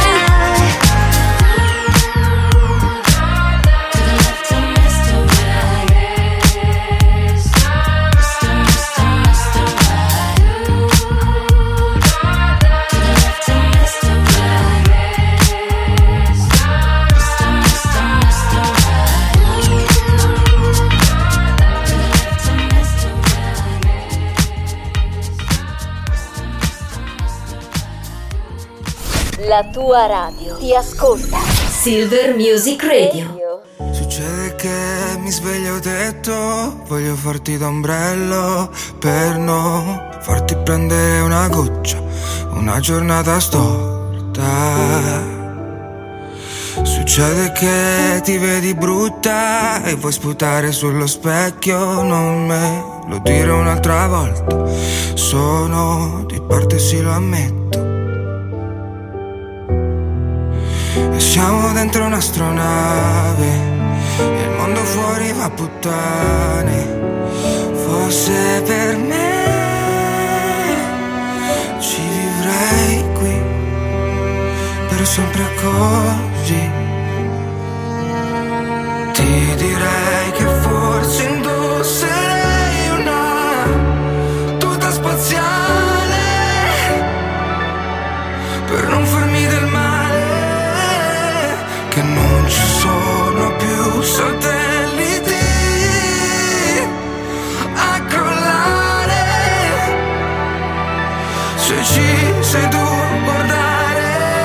[SPEAKER 7] La tua radio ti ascolta. Silver Music Radio.
[SPEAKER 6] Succede che mi sveglio detto, voglio farti d'ombrello per non farti prendere una goccia, una giornata storta. Succede che ti vedi brutta e vuoi sputare sullo specchio, non me lo dire un'altra volta, sono di parte sì lo ammetto. E siamo dentro un'astronave e il mondo fuori va a puttane. Forse per me ci vivrei qui per sempre così. Ti direi che forse indosserei una tuta spaziale per non farmi del male, che non ci sono più satelliti a crollare, se ci sei tu a guardare.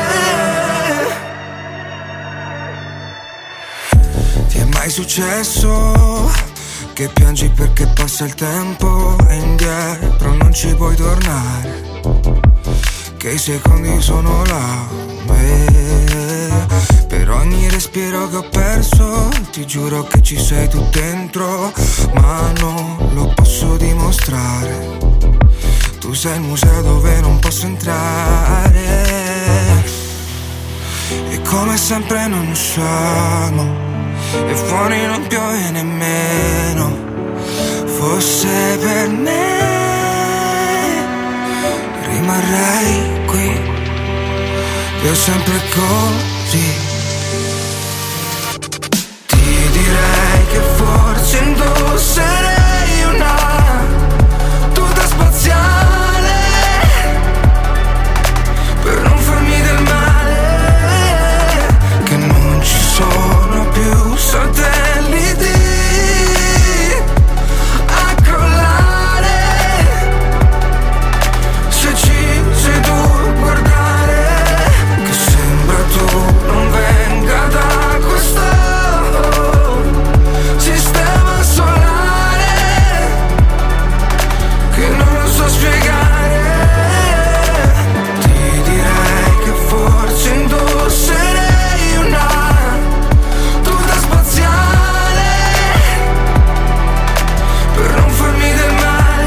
[SPEAKER 6] Ti è mai successo che piangi perché passa il tempo e indietro non ci puoi tornare, che i secondi sono là e per ogni respiro respiro che ho perso. Ti giuro che ci sei tu dentro, ma non lo posso dimostrare. Tu sei il museo dove non posso entrare. E come sempre non usciamo, e fuori non piove nemmeno. Fosse per me rimarrei qui, io sempre così. Ti direi che forse indosserei una tuta spaziale per non farmi del male, che non ci sono più satelliti a crollare. Se ci sei tu a guardare, che sembra tu non venga da questo sistema solare, che non lo so spiegare. Ti direi che forse indosserei una tuta spaziale per non farmi del male.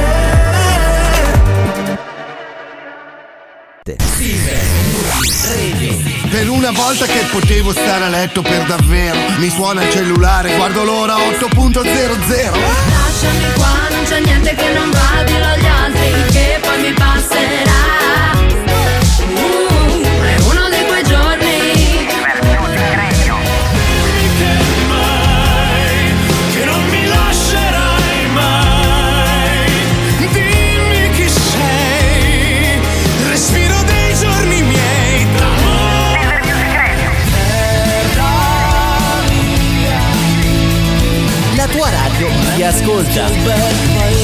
[SPEAKER 19] Per una volta che potevo stare a letto per davvero, mi suona il cellulare, guardo l'ora otto punto zero zero.
[SPEAKER 20] Lasciami qua, non c'è niente che non va, dillo agli altri che poi mi passerà. Uh, è uno di quei giorni.
[SPEAKER 10] Che non mi lascerai mai. Dimmi chi sei, respiro dei giorni miei d'amore.
[SPEAKER 1] La tua radio ti ascolta.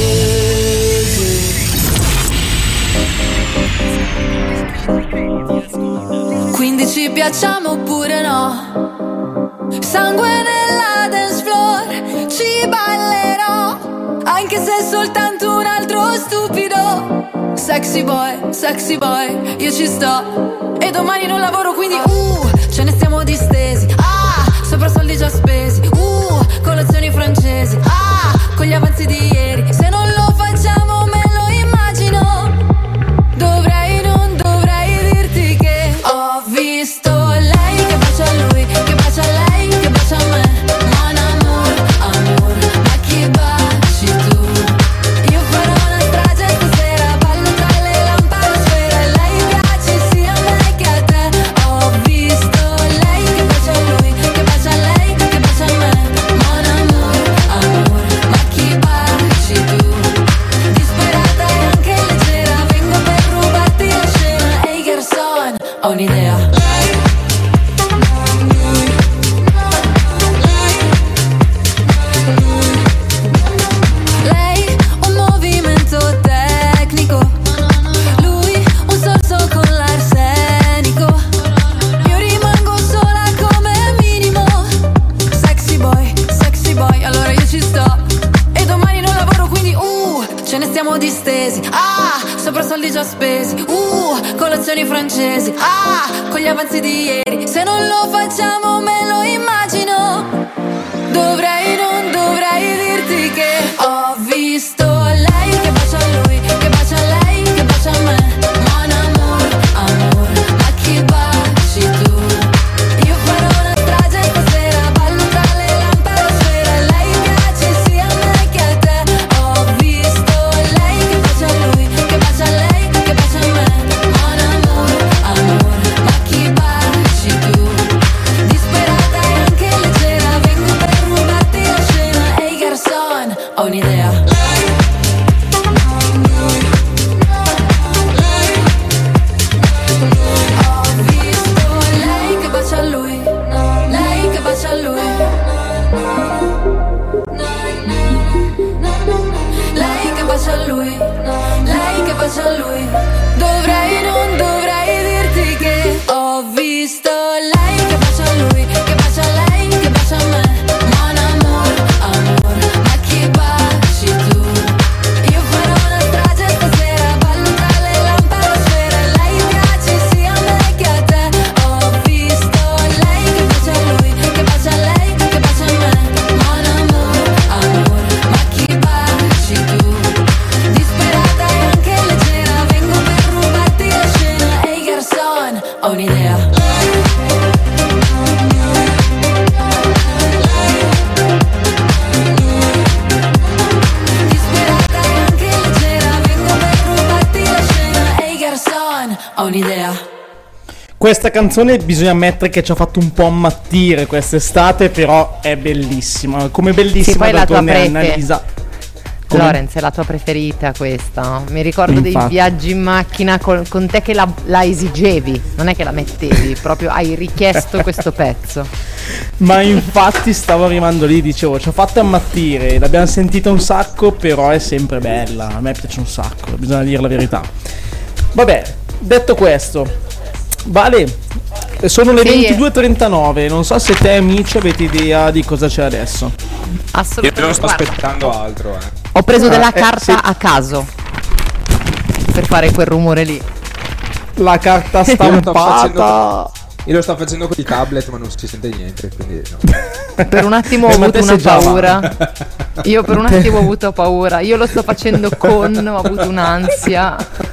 [SPEAKER 18] Quindi ci piacciamo oppure no? Sangue nella dance floor, ci ballerò, anche se è soltanto un altro stupido. Sexy boy, sexy boy, io ci sto. E domani non lavoro, quindi uh, ce ne stiamo distesi. Ah, sopra soldi già spesi. Uh, colazioni francesi. Ah, con gli avanzi di ieri. Se non lo facciamo me lo immagino. Dovrei, non dovrei dirti che ho visto lei che bacia a lui, che bacia a lei, che bacia a me. Mon amour, amour, ma chi baci tu? Io farò una strage stasera, ballo tra le lampadosfere. Lei piace sia a me che a te. Ho visto lei che bacia a lui, che bacia a lei, che bacia a me. Mon amour, amour, ma chi baci tu? Disperata e anche leggera, vengo per rubarti la scena. Ehi garçon, ho un'idea. Lei un movimento tecnico, lui un sorso con l'arsenico. Io rimango sola come minimo. Sexy boy, sexy boy, allora io ci sto. E domani non lavoro, quindi uh, ce ne stiamo distesi. Ah, sopra soldi già spesi. Uh, colazioni francesi. Ah, con gli avanzi di ieri. Se non lo facciamo me lo immagino. Dovrei, non dovrei dirti che ho visto lei che bacia a lui, che bacia a lei, che bacia a me. Mon amour, amour, ma chi baci tu? Io farò una strage stasera, ballo tra le lampadosfere. Lei piace sia a me che a te. Ho visto lei che bacia a lui, che bacia a lei, che bacia a me. Mon amour, amour, ma chi baci tu?
[SPEAKER 4] Questa canzone bisogna ammettere che ci ha fatto un po' ammattire quest'estate, però è bellissima, come bellissima.
[SPEAKER 3] Sì, poi la tua
[SPEAKER 4] d'altronde
[SPEAKER 3] prefe.
[SPEAKER 4] Annalisa. Come?
[SPEAKER 3] Lorenz, è la tua preferita questa. Mi ricordo
[SPEAKER 4] Infatti.
[SPEAKER 3] dei viaggi in macchina con, con te che la, la esigevi, non è che la mettevi, proprio hai richiesto questo pezzo.
[SPEAKER 4] Ma infatti stavo arrivando lì, dicevo, ci ha fatto ammattire, l'abbiamo sentita un sacco, però è sempre bella, a me piace un sacco, bisogna dire la verità. Vabbè, detto questo, Vale, sono le
[SPEAKER 3] Sì.
[SPEAKER 4] ventidue e trentanove, non so se te amici avete idea di cosa c'è adesso.
[SPEAKER 3] Assolutamente.
[SPEAKER 5] Io non sto
[SPEAKER 3] Guarda,
[SPEAKER 5] aspettando altro, eh.
[SPEAKER 3] ho preso della
[SPEAKER 4] Eh,
[SPEAKER 3] carta
[SPEAKER 4] sì.
[SPEAKER 3] a caso per fare quel rumore lì.
[SPEAKER 4] La carta
[SPEAKER 5] Io lo sto
[SPEAKER 4] stampata.
[SPEAKER 5] facendo, io lo sto facendo con il tablet, ma non si sente niente, quindi no.
[SPEAKER 3] Per un attimo ho
[SPEAKER 4] Eh, ma
[SPEAKER 3] avuto
[SPEAKER 4] te
[SPEAKER 3] una
[SPEAKER 4] sei già
[SPEAKER 3] paura. Io per un attimo ho avuto paura. Io lo sto facendo con, ho avuto un'ansia.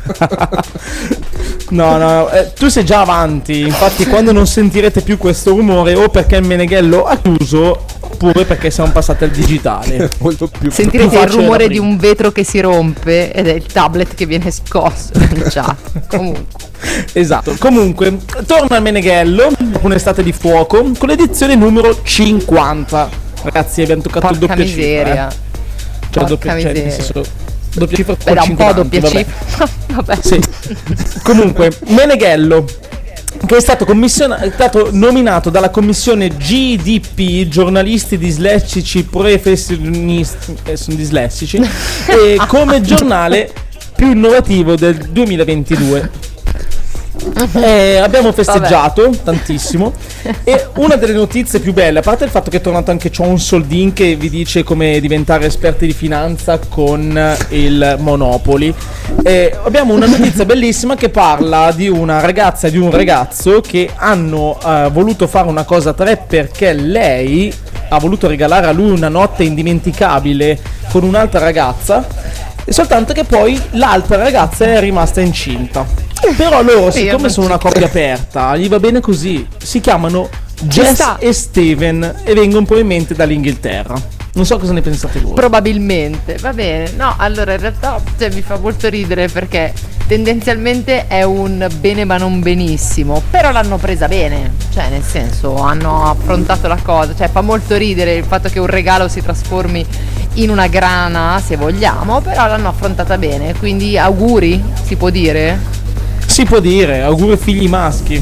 [SPEAKER 4] No, no, eh, tu sei già avanti, infatti quando non sentirete più questo rumore o perché il Meneghello ha chiuso oppure perché siamo passati al digitale.
[SPEAKER 5] Molto più
[SPEAKER 3] Sentirete
[SPEAKER 4] più
[SPEAKER 3] il
[SPEAKER 4] facile
[SPEAKER 3] rumore
[SPEAKER 4] da
[SPEAKER 3] di
[SPEAKER 4] prima.
[SPEAKER 3] un vetro che si rompe ed è il tablet che viene scosso in chat. Comunque.
[SPEAKER 4] Esatto, comunque torna al Meneghello, un'estate di fuoco, con l'edizione numero cinquanta. Ragazzi, abbiamo toccato il
[SPEAKER 3] Porca
[SPEAKER 4] doppia cifra,
[SPEAKER 3] miseria.
[SPEAKER 4] eh. Cioè,
[SPEAKER 3] Porca
[SPEAKER 4] doppia, cioè, nel
[SPEAKER 3] miseria.
[SPEAKER 4] senso, doppia cifra
[SPEAKER 3] Beh,
[SPEAKER 4] con
[SPEAKER 3] da un po'
[SPEAKER 4] cinque
[SPEAKER 3] doppia
[SPEAKER 4] davanti,
[SPEAKER 3] cifra. Vabbè.
[SPEAKER 4] Sì. Comunque, Meneghello, che è stato, commissiona- è stato nominato dalla commissione G D P, giornalisti dislessici professionisti, eh, sono dislessici, e come giornale più innovativo del duemilaventidue. Eh, abbiamo festeggiato tantissimo e una delle notizie più belle, a parte il fatto che è tornato anche John Soldin che vi dice come diventare esperti di finanza con il Monopoly, eh, abbiamo una notizia bellissima che parla di una ragazza e di un ragazzo che hanno eh, voluto fare una cosa a tre perché lei ha voluto regalare a lui una notte indimenticabile con un'altra ragazza, e soltanto che poi l'altra ragazza è rimasta incinta. Però loro,
[SPEAKER 3] Sì,
[SPEAKER 4] siccome
[SPEAKER 3] non
[SPEAKER 4] sono
[SPEAKER 3] ci
[SPEAKER 4] una coppia aperta, gli va bene così. Si chiamano Jess
[SPEAKER 3] sta.
[SPEAKER 4] e Steven e vengono probabilmente dall'Inghilterra. Non so cosa ne pensate voi.
[SPEAKER 3] Probabilmente, va bene. No, allora in realtà cioè, mi fa molto ridere perché tendenzialmente è un bene ma non benissimo, però l'hanno presa bene, cioè nel senso hanno affrontato la cosa, cioè fa molto ridere il fatto che un regalo si trasformi in una grana, se vogliamo, però l'hanno affrontata bene, quindi auguri, si può dire?
[SPEAKER 4] Si può dire, auguri figli maschi.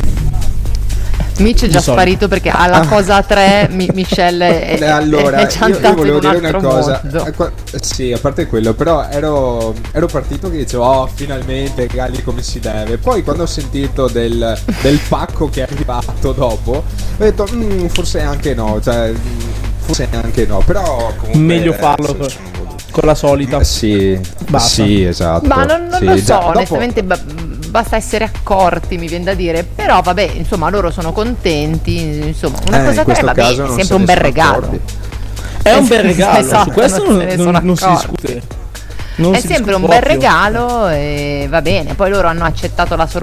[SPEAKER 3] Mitch è già
[SPEAKER 4] Di solito.
[SPEAKER 3] sparito perché alla cosa a tre mi- Michelle è,
[SPEAKER 5] Eh, allora,
[SPEAKER 3] è già
[SPEAKER 5] io, io
[SPEAKER 3] andato
[SPEAKER 5] volevo
[SPEAKER 3] in un
[SPEAKER 5] dire una
[SPEAKER 3] altro
[SPEAKER 5] cosa.
[SPEAKER 3] mondo.
[SPEAKER 5] Eh, qua- Sì, a parte quello, però ero, ero partito che dicevo, oh, finalmente regali come si deve. Poi quando ho sentito del, del pacco che è arrivato dopo, ho detto, "Mm, forse anche no, cioè, mm, forse anche no, però comunque
[SPEAKER 4] Meglio
[SPEAKER 5] eh,
[SPEAKER 4] farlo
[SPEAKER 5] sono-
[SPEAKER 4] con,
[SPEAKER 5] sono voluto.
[SPEAKER 4] con la solita.
[SPEAKER 5] Eh, Sì,
[SPEAKER 4] Basta.
[SPEAKER 5] sì, esatto.
[SPEAKER 3] Ma non, non
[SPEAKER 5] Sì,
[SPEAKER 3] lo so,
[SPEAKER 5] già, dopo-
[SPEAKER 3] onestamente ba- basta essere accorti, mi viene da dire, però vabbè, insomma, loro sono contenti, insomma, una
[SPEAKER 5] Eh, in
[SPEAKER 3] cosa a tre,
[SPEAKER 5] questo
[SPEAKER 3] vabbè,
[SPEAKER 5] caso
[SPEAKER 3] è
[SPEAKER 5] non
[SPEAKER 3] sempre
[SPEAKER 5] se
[SPEAKER 3] un
[SPEAKER 5] ne
[SPEAKER 3] bel
[SPEAKER 5] sono
[SPEAKER 3] regalo.
[SPEAKER 5] accorti.
[SPEAKER 4] È un bel
[SPEAKER 3] Es-
[SPEAKER 4] regalo,
[SPEAKER 3] esatto,
[SPEAKER 4] su questo
[SPEAKER 3] non
[SPEAKER 4] non,
[SPEAKER 3] se ne
[SPEAKER 4] non-
[SPEAKER 3] sono
[SPEAKER 4] non si
[SPEAKER 3] accorti.
[SPEAKER 4] discute. Non
[SPEAKER 3] È
[SPEAKER 4] si
[SPEAKER 3] sempre un
[SPEAKER 4] discute
[SPEAKER 3] bel
[SPEAKER 4] proprio.
[SPEAKER 3] regalo e va bene, poi loro hanno accettato la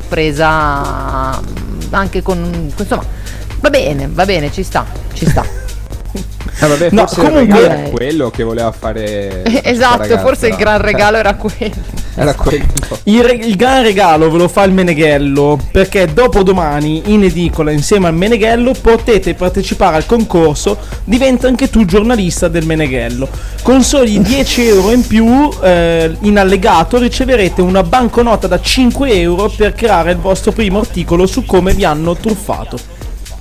[SPEAKER 3] sorpresa anche con, insomma, va bene, va bene, ci sta, ci sta.
[SPEAKER 5] Eh, vabbè,
[SPEAKER 4] No,
[SPEAKER 5] forse
[SPEAKER 4] comunque-
[SPEAKER 5] il regalo era quello che voleva fare questa
[SPEAKER 3] Esatto,
[SPEAKER 5] ragazza.
[SPEAKER 3] forse il gran regalo era quello.
[SPEAKER 5] Era quello.
[SPEAKER 4] Il, re- il gran regalo ve lo fa il Meneghello, perché dopo domani in edicola insieme al Meneghello potete partecipare al concorso Diventa anche tu giornalista del Meneghello. Con soli dieci euro in più eh, in allegato riceverete una banconota da cinque euro per creare il vostro primo articolo su come vi hanno truffato.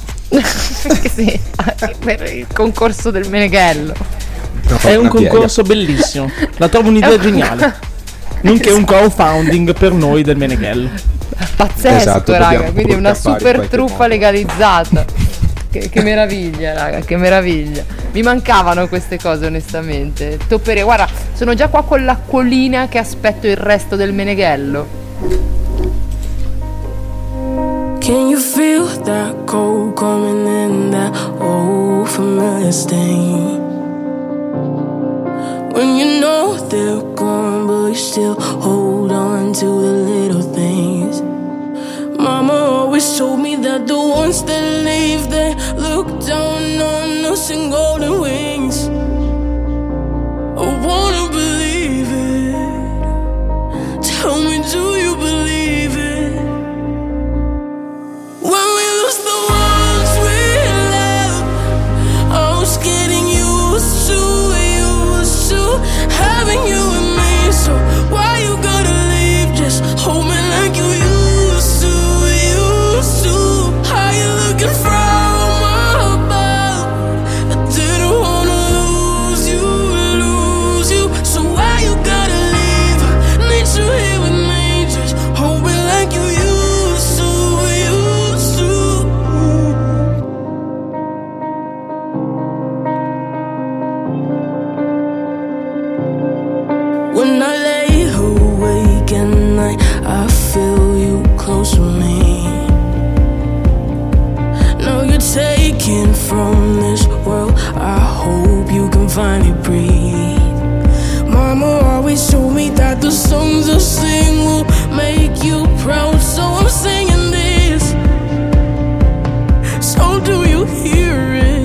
[SPEAKER 3] Sì, per il concorso del Meneghello.
[SPEAKER 4] È un
[SPEAKER 5] una piega.
[SPEAKER 4] concorso bellissimo, la trovo un'idea
[SPEAKER 3] È un-
[SPEAKER 4] geniale. Nonché un crowdfunding per noi del Meneghello.
[SPEAKER 3] Pazzesco,
[SPEAKER 5] Esatto,
[SPEAKER 3] raga,
[SPEAKER 5] dobbiamo
[SPEAKER 3] quindi è una
[SPEAKER 5] pur campare in
[SPEAKER 3] super
[SPEAKER 5] qualche
[SPEAKER 3] truffa
[SPEAKER 5] modo.
[SPEAKER 3] legalizzata. Che, che meraviglia, raga, che meraviglia. Mi mancavano queste cose, onestamente. Toppere, guarda, sono già qua con l'acquolina che aspetto il resto del Meneghello.
[SPEAKER 18] Can you feel that cold coming in, that old familiar stain? When you know they're gone, but you still hold on to the little things. Mama always told me that the ones that leave, they look down on us in golden wings. I wanna believe it. Tell me, do you believe it? When from this world. I hope you can finally breathe. Mama always told me that the songs I sing will make you proud, so I'm singing this. So do you hear it?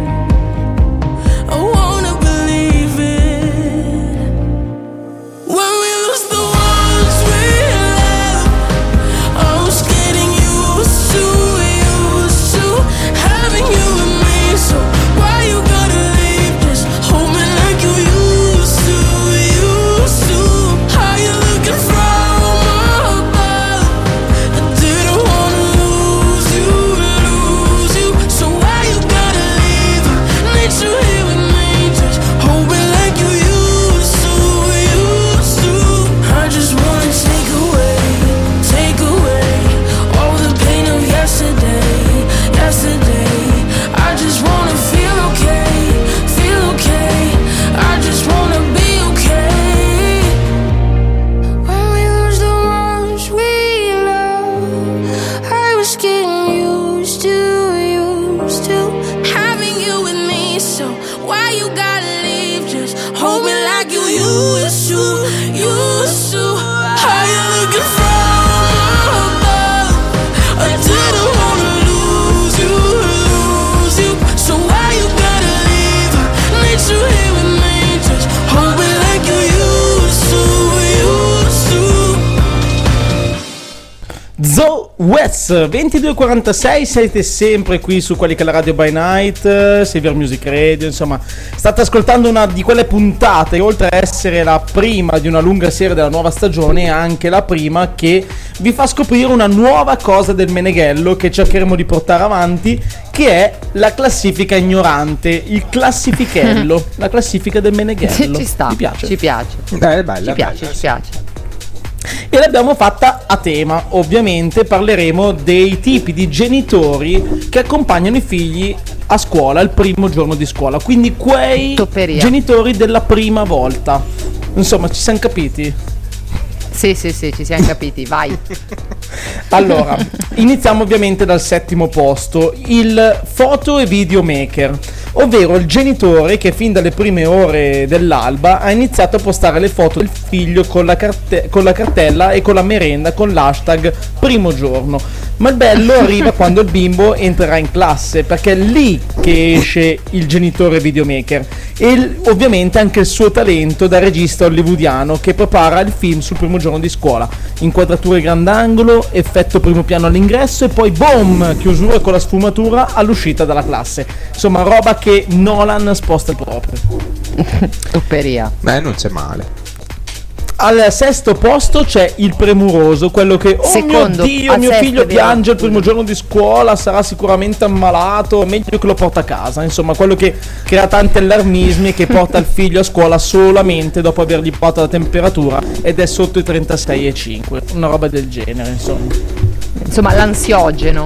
[SPEAKER 18] I wanna believe it. When we lose the ones we love, I was getting used to, used to having you with me. So why you gotta leave? Just hold me like you used to, used to. How you looking from above? I didn't wanna lose you, lose you. So why you gotta leave? Need you here with me. Just hold me like you used to, used to. I just wanna take away, take away all the pain of yesterday, yesterday. I just wanna feel okay, feel okay. I just wanna be okay. When we lose the ones we love, I was getting used to, used to having you with me. So why you gotta leave? Just hold me like you used to, used to. How you looking from above? I didn't wanna lose you, lose you. So why you gotta leave? Need you here with me. Just hold me like you used to, used to.
[SPEAKER 4] Zoe West, ventidue e quarantasei, siete sempre qui su quelli che è la Radio by Night, eh, Silver Music Radio, insomma, state ascoltando una di quelle puntate che oltre a essere la prima di una lunga serie della nuova stagione è anche la prima che vi fa scoprire una nuova cosa del Meneghello che cercheremo di portare avanti, che è la classifica ignorante, il classifichello, la classifica del Meneghello.
[SPEAKER 3] Ci sta,
[SPEAKER 4] vi piace?
[SPEAKER 3] ci piace.
[SPEAKER 5] Eh, è bella,
[SPEAKER 3] Ci piace,
[SPEAKER 5] bella,
[SPEAKER 3] ci
[SPEAKER 5] sì.
[SPEAKER 3] piace.
[SPEAKER 4] E l'abbiamo fatta a tema, ovviamente parleremo dei tipi di genitori che accompagnano i figli a scuola il primo giorno di scuola, quindi quei
[SPEAKER 3] Topperia.
[SPEAKER 4] genitori della prima volta. Insomma, ci siamo capiti?
[SPEAKER 3] Sì, sì, sì, ci siamo capiti, vai.
[SPEAKER 4] Allora, iniziamo ovviamente dal settimo posto, il photo e videomaker, ovvero il genitore che fin dalle prime ore dell'alba ha iniziato a postare le foto del figlio con la, carte- con la cartella e con la merenda con l'hashtag primo giorno. Ma il bello arriva quando il bimbo entrerà in classe, perché è lì che esce il genitore videomaker e il- ovviamente anche il suo talento da regista hollywoodiano che prepara il film sul primo giorno di scuola, inquadrature grandangolo, effetto primo piano all'ingresso e poi boom, chiusura con la sfumatura all'uscita dalla classe. Insomma, roba che Nolan sposta proprio.
[SPEAKER 3] Topperia.
[SPEAKER 5] Beh, non c'è male.
[SPEAKER 4] Al sesto posto c'è il premuroso, quello che oh
[SPEAKER 3] Secondo,
[SPEAKER 4] mio Dio,
[SPEAKER 3] al
[SPEAKER 4] mio
[SPEAKER 3] sesto,
[SPEAKER 4] figlio
[SPEAKER 3] vero?
[SPEAKER 4] piange il primo giorno di scuola, sarà sicuramente ammalato, meglio che lo porta a casa. Insomma, quello che crea tanti allarmismi e che porta il figlio a scuola solamente dopo avergli portato la temperatura ed è sotto i trentasei virgola cinque, una roba del genere, insomma.
[SPEAKER 3] Insomma, l'ansiogeno.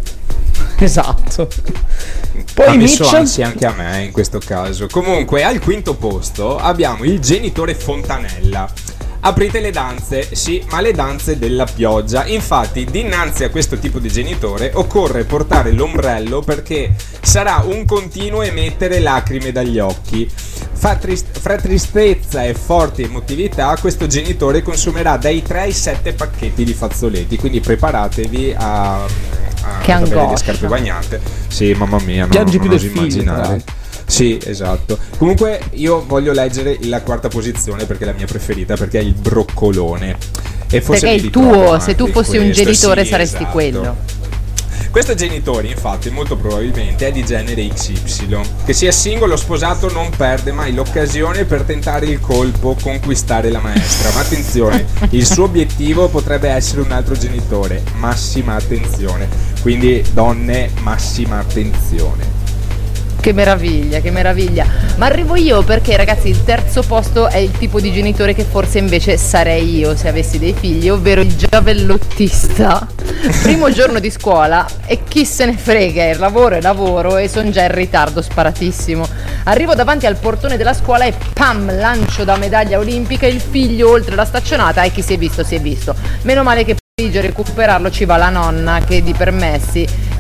[SPEAKER 4] Esatto. Poi
[SPEAKER 5] ha messo
[SPEAKER 4] Mitch,
[SPEAKER 5] ansia anche a me in questo caso. Comunque al quinto posto abbiamo il genitore fontanella. Aprite le danze, sì, ma le danze della pioggia. Infatti, dinanzi a questo tipo di genitore occorre portare l'ombrello perché sarà un continuo emettere lacrime dagli occhi. Fra, trist- fra tristezza e forti emotività, questo genitore consumerà dai tre ai sette pacchetti di fazzoletti. Quindi preparatevi a, a
[SPEAKER 3] Che
[SPEAKER 5] ad avere le
[SPEAKER 3] angoscia.
[SPEAKER 5] scarpe bagnate. Sì, mamma mia, non,
[SPEAKER 4] Piangi
[SPEAKER 5] non
[SPEAKER 4] più
[SPEAKER 5] oso
[SPEAKER 4] del figlio, tra
[SPEAKER 5] immaginare.
[SPEAKER 4] l'altro.
[SPEAKER 5] Sì, esatto. Comunque io voglio leggere la quarta posizione perché è la mia preferita, perché è il broccolone. E forse
[SPEAKER 3] Perché
[SPEAKER 5] mi
[SPEAKER 3] il
[SPEAKER 5] ritrovo
[SPEAKER 3] tuo,
[SPEAKER 5] anche
[SPEAKER 3] se tu
[SPEAKER 5] in
[SPEAKER 3] fossi un
[SPEAKER 5] questo.
[SPEAKER 3] genitore
[SPEAKER 5] Sì,
[SPEAKER 3] saresti
[SPEAKER 5] esatto.
[SPEAKER 3] quello.
[SPEAKER 5] Questo genitore, infatti, molto probabilmente è di genere X Y. Che sia singolo o sposato non perde mai l'occasione per tentare il colpo, conquistare la maestra. Ma attenzione, il suo obiettivo potrebbe essere un altro genitore. Massima attenzione. Quindi, donne, massima attenzione.
[SPEAKER 3] Che meraviglia, che meraviglia. Ma arrivo io perché, ragazzi, il terzo posto è il tipo di genitore che forse invece sarei io se avessi dei figli, ovvero il giavellottista. Primo giorno di scuola e chi se ne frega, il lavoro è lavoro e sono già in ritardo sparatissimo. Arrivo davanti al portone della scuola e pam, lancio da medaglia olimpica il figlio oltre la staccionata e chi si è visto si è visto. Meno male che a recuperarlo ci va la nonna che di permessi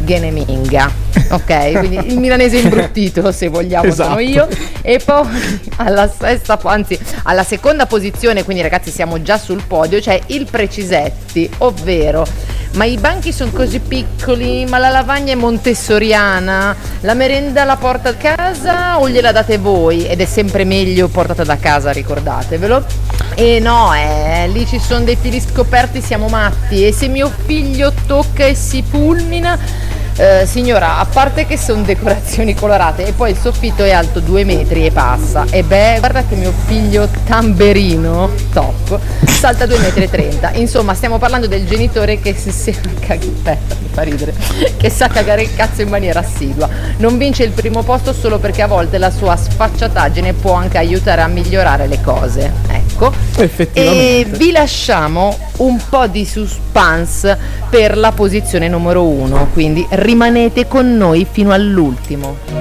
[SPEAKER 3] Geneminga, ok? Quindi il milanese imbruttito, se vogliamo,
[SPEAKER 4] esatto.
[SPEAKER 3] sono io. E poi alla sesta, anzi alla seconda posizione, quindi ragazzi siamo già sul podio, c'è il Precisetti, ovvero: ma i banchi sono così piccoli, ma la lavagna è montessoriana, la merenda la porta a casa o gliela date voi? Ed è sempre meglio portata da casa, ricordatevelo. E no, eh, lì ci sono dei fili scoperti, siamo matti. E se mio figlio tocca e si fulmina, Eh, signora, a parte che sono decorazioni colorate e poi il soffitto è alto due metri e passa, e beh, guarda che mio figlio tamberino top salta due metri e trenta. Insomma, stiamo parlando del genitore che si, si aspetta, mi fa ridere, che sa cagare il cazzo in maniera assidua. Non vince il primo posto solo perché a volte la sua sfacciataggine può anche aiutare a migliorare le cose, ecco. E vi lasciamo un po' di suspense per la posizione numero uno, quindi rimanete con noi fino all'ultimo.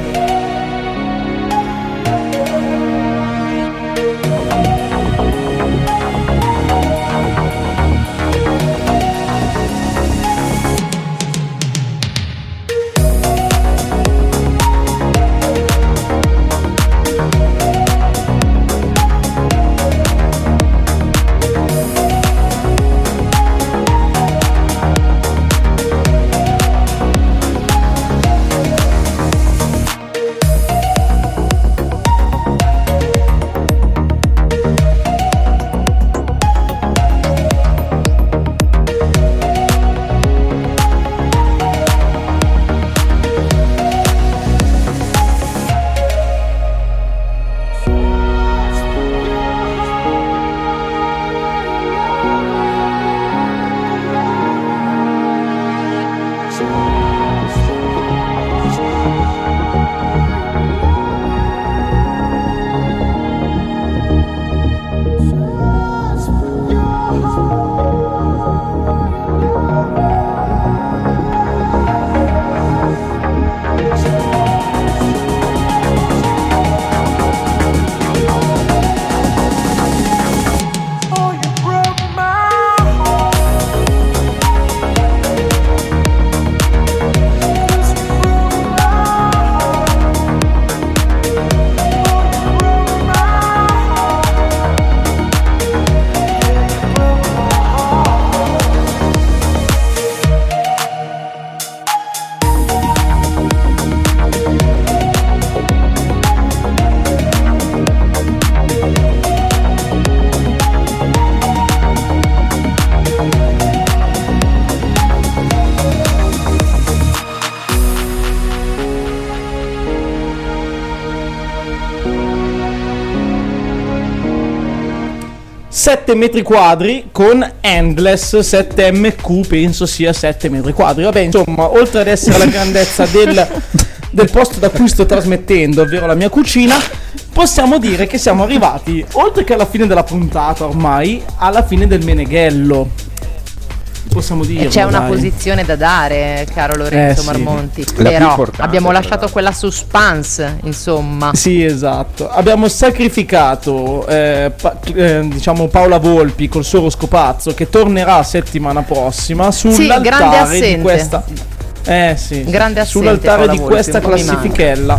[SPEAKER 4] sette metri quadri con Endless sette M Q, penso sia sette metri quadri. Vabbè, insomma, oltre ad essere la grandezza del, del posto da cui sto trasmettendo, ovvero la mia cucina, possiamo dire che siamo arrivati, oltre che alla fine della puntata ormai, alla fine del Meneghello. Possiamo dire.
[SPEAKER 3] E c'è una
[SPEAKER 4] dai.
[SPEAKER 3] posizione da dare, caro Lorenzo
[SPEAKER 4] Eh, sì.
[SPEAKER 3] Marmonti.
[SPEAKER 4] La
[SPEAKER 3] Però abbiamo lasciato quella suspense, insomma.
[SPEAKER 4] Sì, esatto. Abbiamo sacrificato eh, pa- eh, diciamo Paola Volpi col suo oroscopazzo, che tornerà settimana prossima sull'altare
[SPEAKER 3] sì, grande assente.
[SPEAKER 4] di questa Eh sì.
[SPEAKER 3] Grande assente,
[SPEAKER 4] sull'altare
[SPEAKER 3] Paola
[SPEAKER 4] di
[SPEAKER 3] Volpi,
[SPEAKER 4] questa
[SPEAKER 3] un po' mi
[SPEAKER 4] classifichella.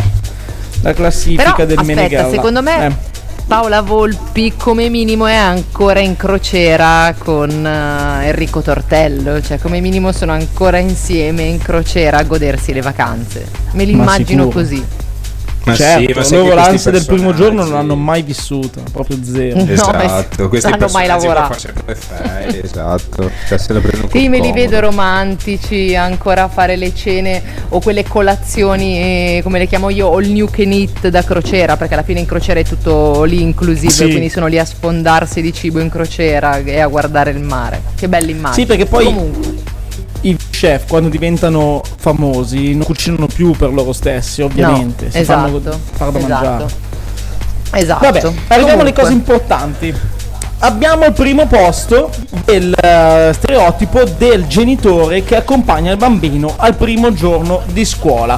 [SPEAKER 4] La classifica
[SPEAKER 3] Però,
[SPEAKER 4] del
[SPEAKER 3] aspetta,
[SPEAKER 4] Meneghella.
[SPEAKER 3] secondo me
[SPEAKER 4] Eh.
[SPEAKER 3] Paola Volpi come minimo è ancora in crociera con uh, Enrico Tortello, cioè come minimo sono ancora insieme in crociera a godersi le vacanze. Me li
[SPEAKER 4] Ma
[SPEAKER 3] immagino
[SPEAKER 4] sicuro.
[SPEAKER 3] così.
[SPEAKER 5] Ma
[SPEAKER 4] certo,
[SPEAKER 5] sì, ma sai
[SPEAKER 4] loro
[SPEAKER 5] che questi
[SPEAKER 4] l'ansia del primo
[SPEAKER 5] personaggi-
[SPEAKER 4] giorno non l'hanno mai vissuta, proprio zero.
[SPEAKER 3] No,
[SPEAKER 5] Esatto, questi
[SPEAKER 3] non hanno mai
[SPEAKER 5] personaggi
[SPEAKER 3] lavorato.
[SPEAKER 5] lo facciano le ferie, esatto. Cioè, se la prendono
[SPEAKER 3] Sì,
[SPEAKER 5] con
[SPEAKER 3] me li
[SPEAKER 5] comodo.
[SPEAKER 3] vedo romantici ancora a fare le cene o quelle colazioni, eh, come le chiamo io, all new can eat da crociera, perché alla fine in crociera è tutto lì inclusive,
[SPEAKER 4] Sì.
[SPEAKER 3] quindi sono lì a sfondarsi di cibo in crociera e a guardare il mare. Che belle immagini.
[SPEAKER 4] Sì, perché poi
[SPEAKER 3] Comunque.
[SPEAKER 4] i chef quando diventano famosi non cucinano più per loro stessi, ovviamente.
[SPEAKER 3] No,
[SPEAKER 4] si
[SPEAKER 3] esatto,
[SPEAKER 4] fanno far da
[SPEAKER 3] esatto.
[SPEAKER 4] mangiare.
[SPEAKER 3] Esatto.
[SPEAKER 4] Vabbè, arriviamo alle
[SPEAKER 3] Comunque.
[SPEAKER 4] cose importanti. Abbiamo al primo posto il eh, stereotipo del genitore che accompagna il bambino al primo giorno di scuola.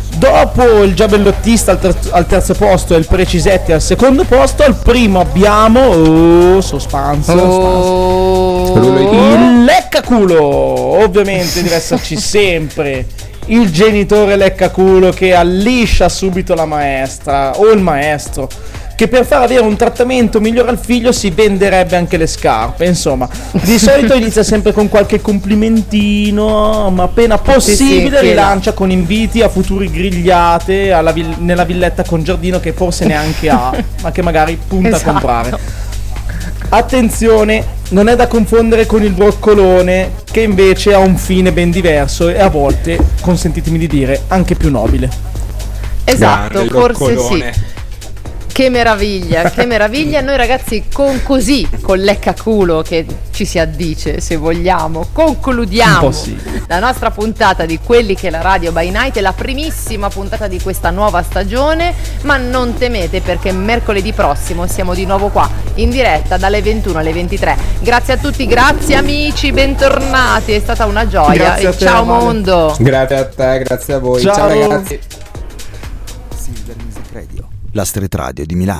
[SPEAKER 4] Dopo il giavellottista al, ter- al terzo posto e il Precisetti al secondo posto, al primo abbiamo oh, suspense,
[SPEAKER 3] Oh.
[SPEAKER 4] suspense. il leccaculo. Ovviamente deve esserci sempre il genitore leccaculo che alliscia subito la maestra o il maestro, che per far avere un trattamento migliore al figlio si venderebbe anche le scarpe. Insomma, di solito inizia sempre con qualche complimentino, ma appena possibile
[SPEAKER 3] sì, sì,
[SPEAKER 4] rilancia con inviti a futuri grigliate alla vill- nella villetta con giardino che forse neanche ha, ma che magari punta
[SPEAKER 3] Esatto.
[SPEAKER 4] a comprare. Attenzione, non è da confondere con il broccolone, che invece ha un fine ben diverso e a volte, consentitemi di dire, anche più nobile.
[SPEAKER 3] Esatto,
[SPEAKER 5] Grande
[SPEAKER 3] forse
[SPEAKER 5] broccolone.
[SPEAKER 3] sì. Che meraviglia, che meraviglia. Noi ragazzi con così, con leccaculo che ci si addice, se vogliamo, concludiamo
[SPEAKER 4] Un po' sì.
[SPEAKER 3] la nostra puntata di Quelli che la radio by night, è la primissima puntata di questa nuova stagione, ma non temete perché mercoledì prossimo siamo di nuovo qua in diretta dalle ventuno alle ventitré. Grazie a tutti, grazie amici, bentornati, è stata una gioia.
[SPEAKER 4] Grazie a
[SPEAKER 3] E
[SPEAKER 4] te,
[SPEAKER 3] ciao
[SPEAKER 4] Vale.
[SPEAKER 3] mondo.
[SPEAKER 5] Grazie a te, grazie a voi.
[SPEAKER 4] Ciao.
[SPEAKER 5] Ciao ragazzi.
[SPEAKER 2] Silver Music Radio, la street radio di Milano.